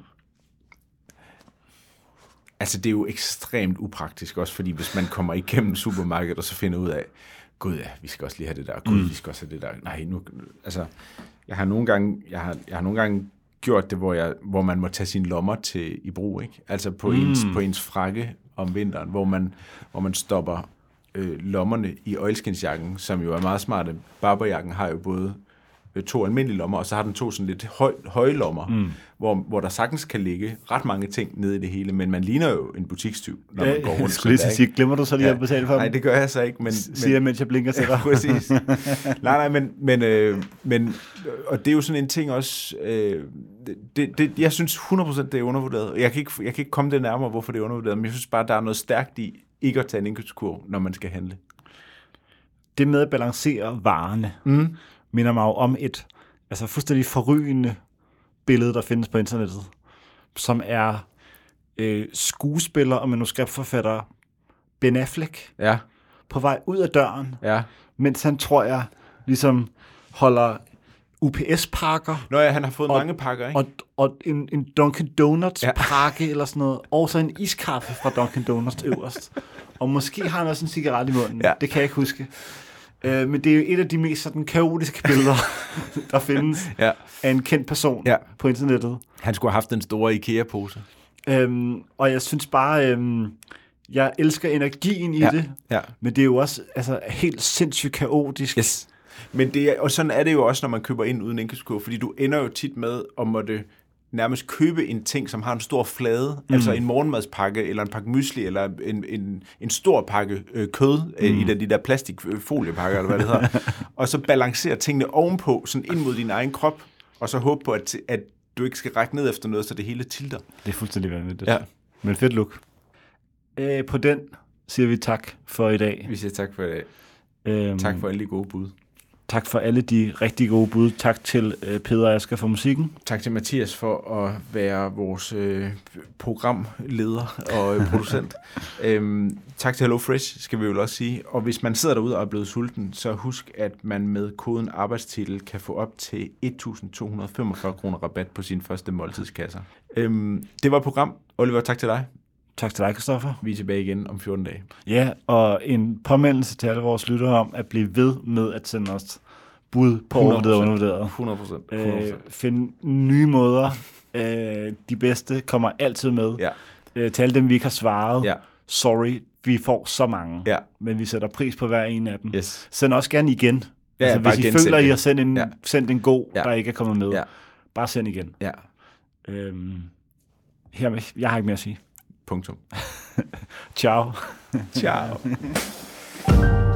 altså, det er jo ekstremt upraktisk også, fordi hvis man kommer igennem supermarkedet, og så finder ud af, gud ja, vi skal også lige have det der, gud, mm. vi skal også have det der. Nej, nu... Altså, jeg har nogle gange... Jeg har, jeg har nogle gange gjort det, hvor, jeg, hvor man må tage sine lommer til i brug, ikke? Altså på, mm. ens, på ens frakke om vinteren, hvor man, hvor man stopper øh, lommerne i oilskinsjakken, som jo er meget smarte. Barberjakken har jo både øh, to almindelige lommer, og så har den to sådan lidt høj, høje lommer, mm. hvor, hvor der sagtens kan ligge ret mange ting nede i det hele, men man ligner jo en butikstyv, når ja, man går rundt. Skulle lige sige, glemmer du så lige ja. at betale for dem? Nej, det gør jeg så ikke. Men, siger jeg, mens jeg blinker til dig. Ja, præcis. nej, nej, men, men, øh, men og det er jo sådan en ting også, øh, det, det, jeg synes hundrede procent, det er undervurderet. Jeg kan, ikke, jeg kan ikke komme det nærmere, hvorfor det er undervurderet, men jeg synes bare, der er noget stærkt i ikke at tage en indkøbskurv, når man skal handle. Det med at balancere varerne, mm. minder mig jo om et altså fuldstændig forrygende billede, der findes på internettet, som er øh, skuespiller og manuskriptforfatter Ben Affleck ja. på vej ud af døren, ja. mens han, tror jeg, ligesom holder U P S-pakker. Nå ja, han har fået og, mange pakker, ikke? Og, og en, en Dunkin' Donuts-pakke ja. eller sådan noget, og så en iskaffe fra Dunkin' Donuts øverst. Og måske har han også en cigaret i munden. Ja. Det kan jeg ikke huske. Uh, men det er jo et af de mest sådan kaotiske billeder, der findes ja. af en kendt person ja. på internettet. Han skulle have haft den store IKEA-pose. Um, og jeg synes bare, um, jeg elsker energien i ja. det, ja. men det er jo også altså, helt sindssygt kaotisk. Yes. Men det er, og sådan er det jo også, når man køber ind uden indkøbskurv, fordi du ender jo tit med at måtte nærmest købe en ting, som har en stor flade, mm. altså en morgenmadspakke, eller en pakke mysli, eller en, en, en stor pakke øh, kød mm. øh, i de, de der plastikfoliepakker, eller hvad det hedder, og så balancere tingene ovenpå, sådan ind mod din egen krop, og så håbe på, at, at du ikke skal række ned efter noget, så det hele tilter. Det er fuldstændig vanvittigt. Ja. Men fedt look. Æh, på den siger vi tak for i dag. Vi siger tak for i dag. Æm... Tak for alle de gode bud. Tak for alle de rigtig gode bud. Tak til øh, Peder Asger for musikken. Tak til Mathias for at være vores øh, programleder og øh, producent. øhm, tak til HelloFresh, skal vi jo også sige. Og hvis man sidder derude og er blevet sulten, så husk, at man med koden arbejdstitel kan få op til et tusind to hundrede og femogfyrre kroner rabat på sin første måltidskasser. Øhm, det var et program. Oliver, tak til dig. Tak til dig, Christoffer. Vi er tilbage igen om fjorten dage. Ja, og en påmindelse til alle vores lyttere om at blive ved med at sende os bud på overvurderet og undervurderet. hundrede procent. Øh, find nye måder. øh, de bedste kommer altid med. Ja. Øh, til alle dem, vi ikke har svaret. Ja. Sorry, vi får så mange. Ja. Men vi sætter pris på hver en af dem. Yes. Send også gerne igen. Ja, altså, hvis I føler, at I har sendt en, ja. sendt en god, ja. der ikke er kommet med. Ja. Bare send igen. Ja. Øhm, hermed, jeg har ikke mere at sige. Punktum. Ciao. Ciao.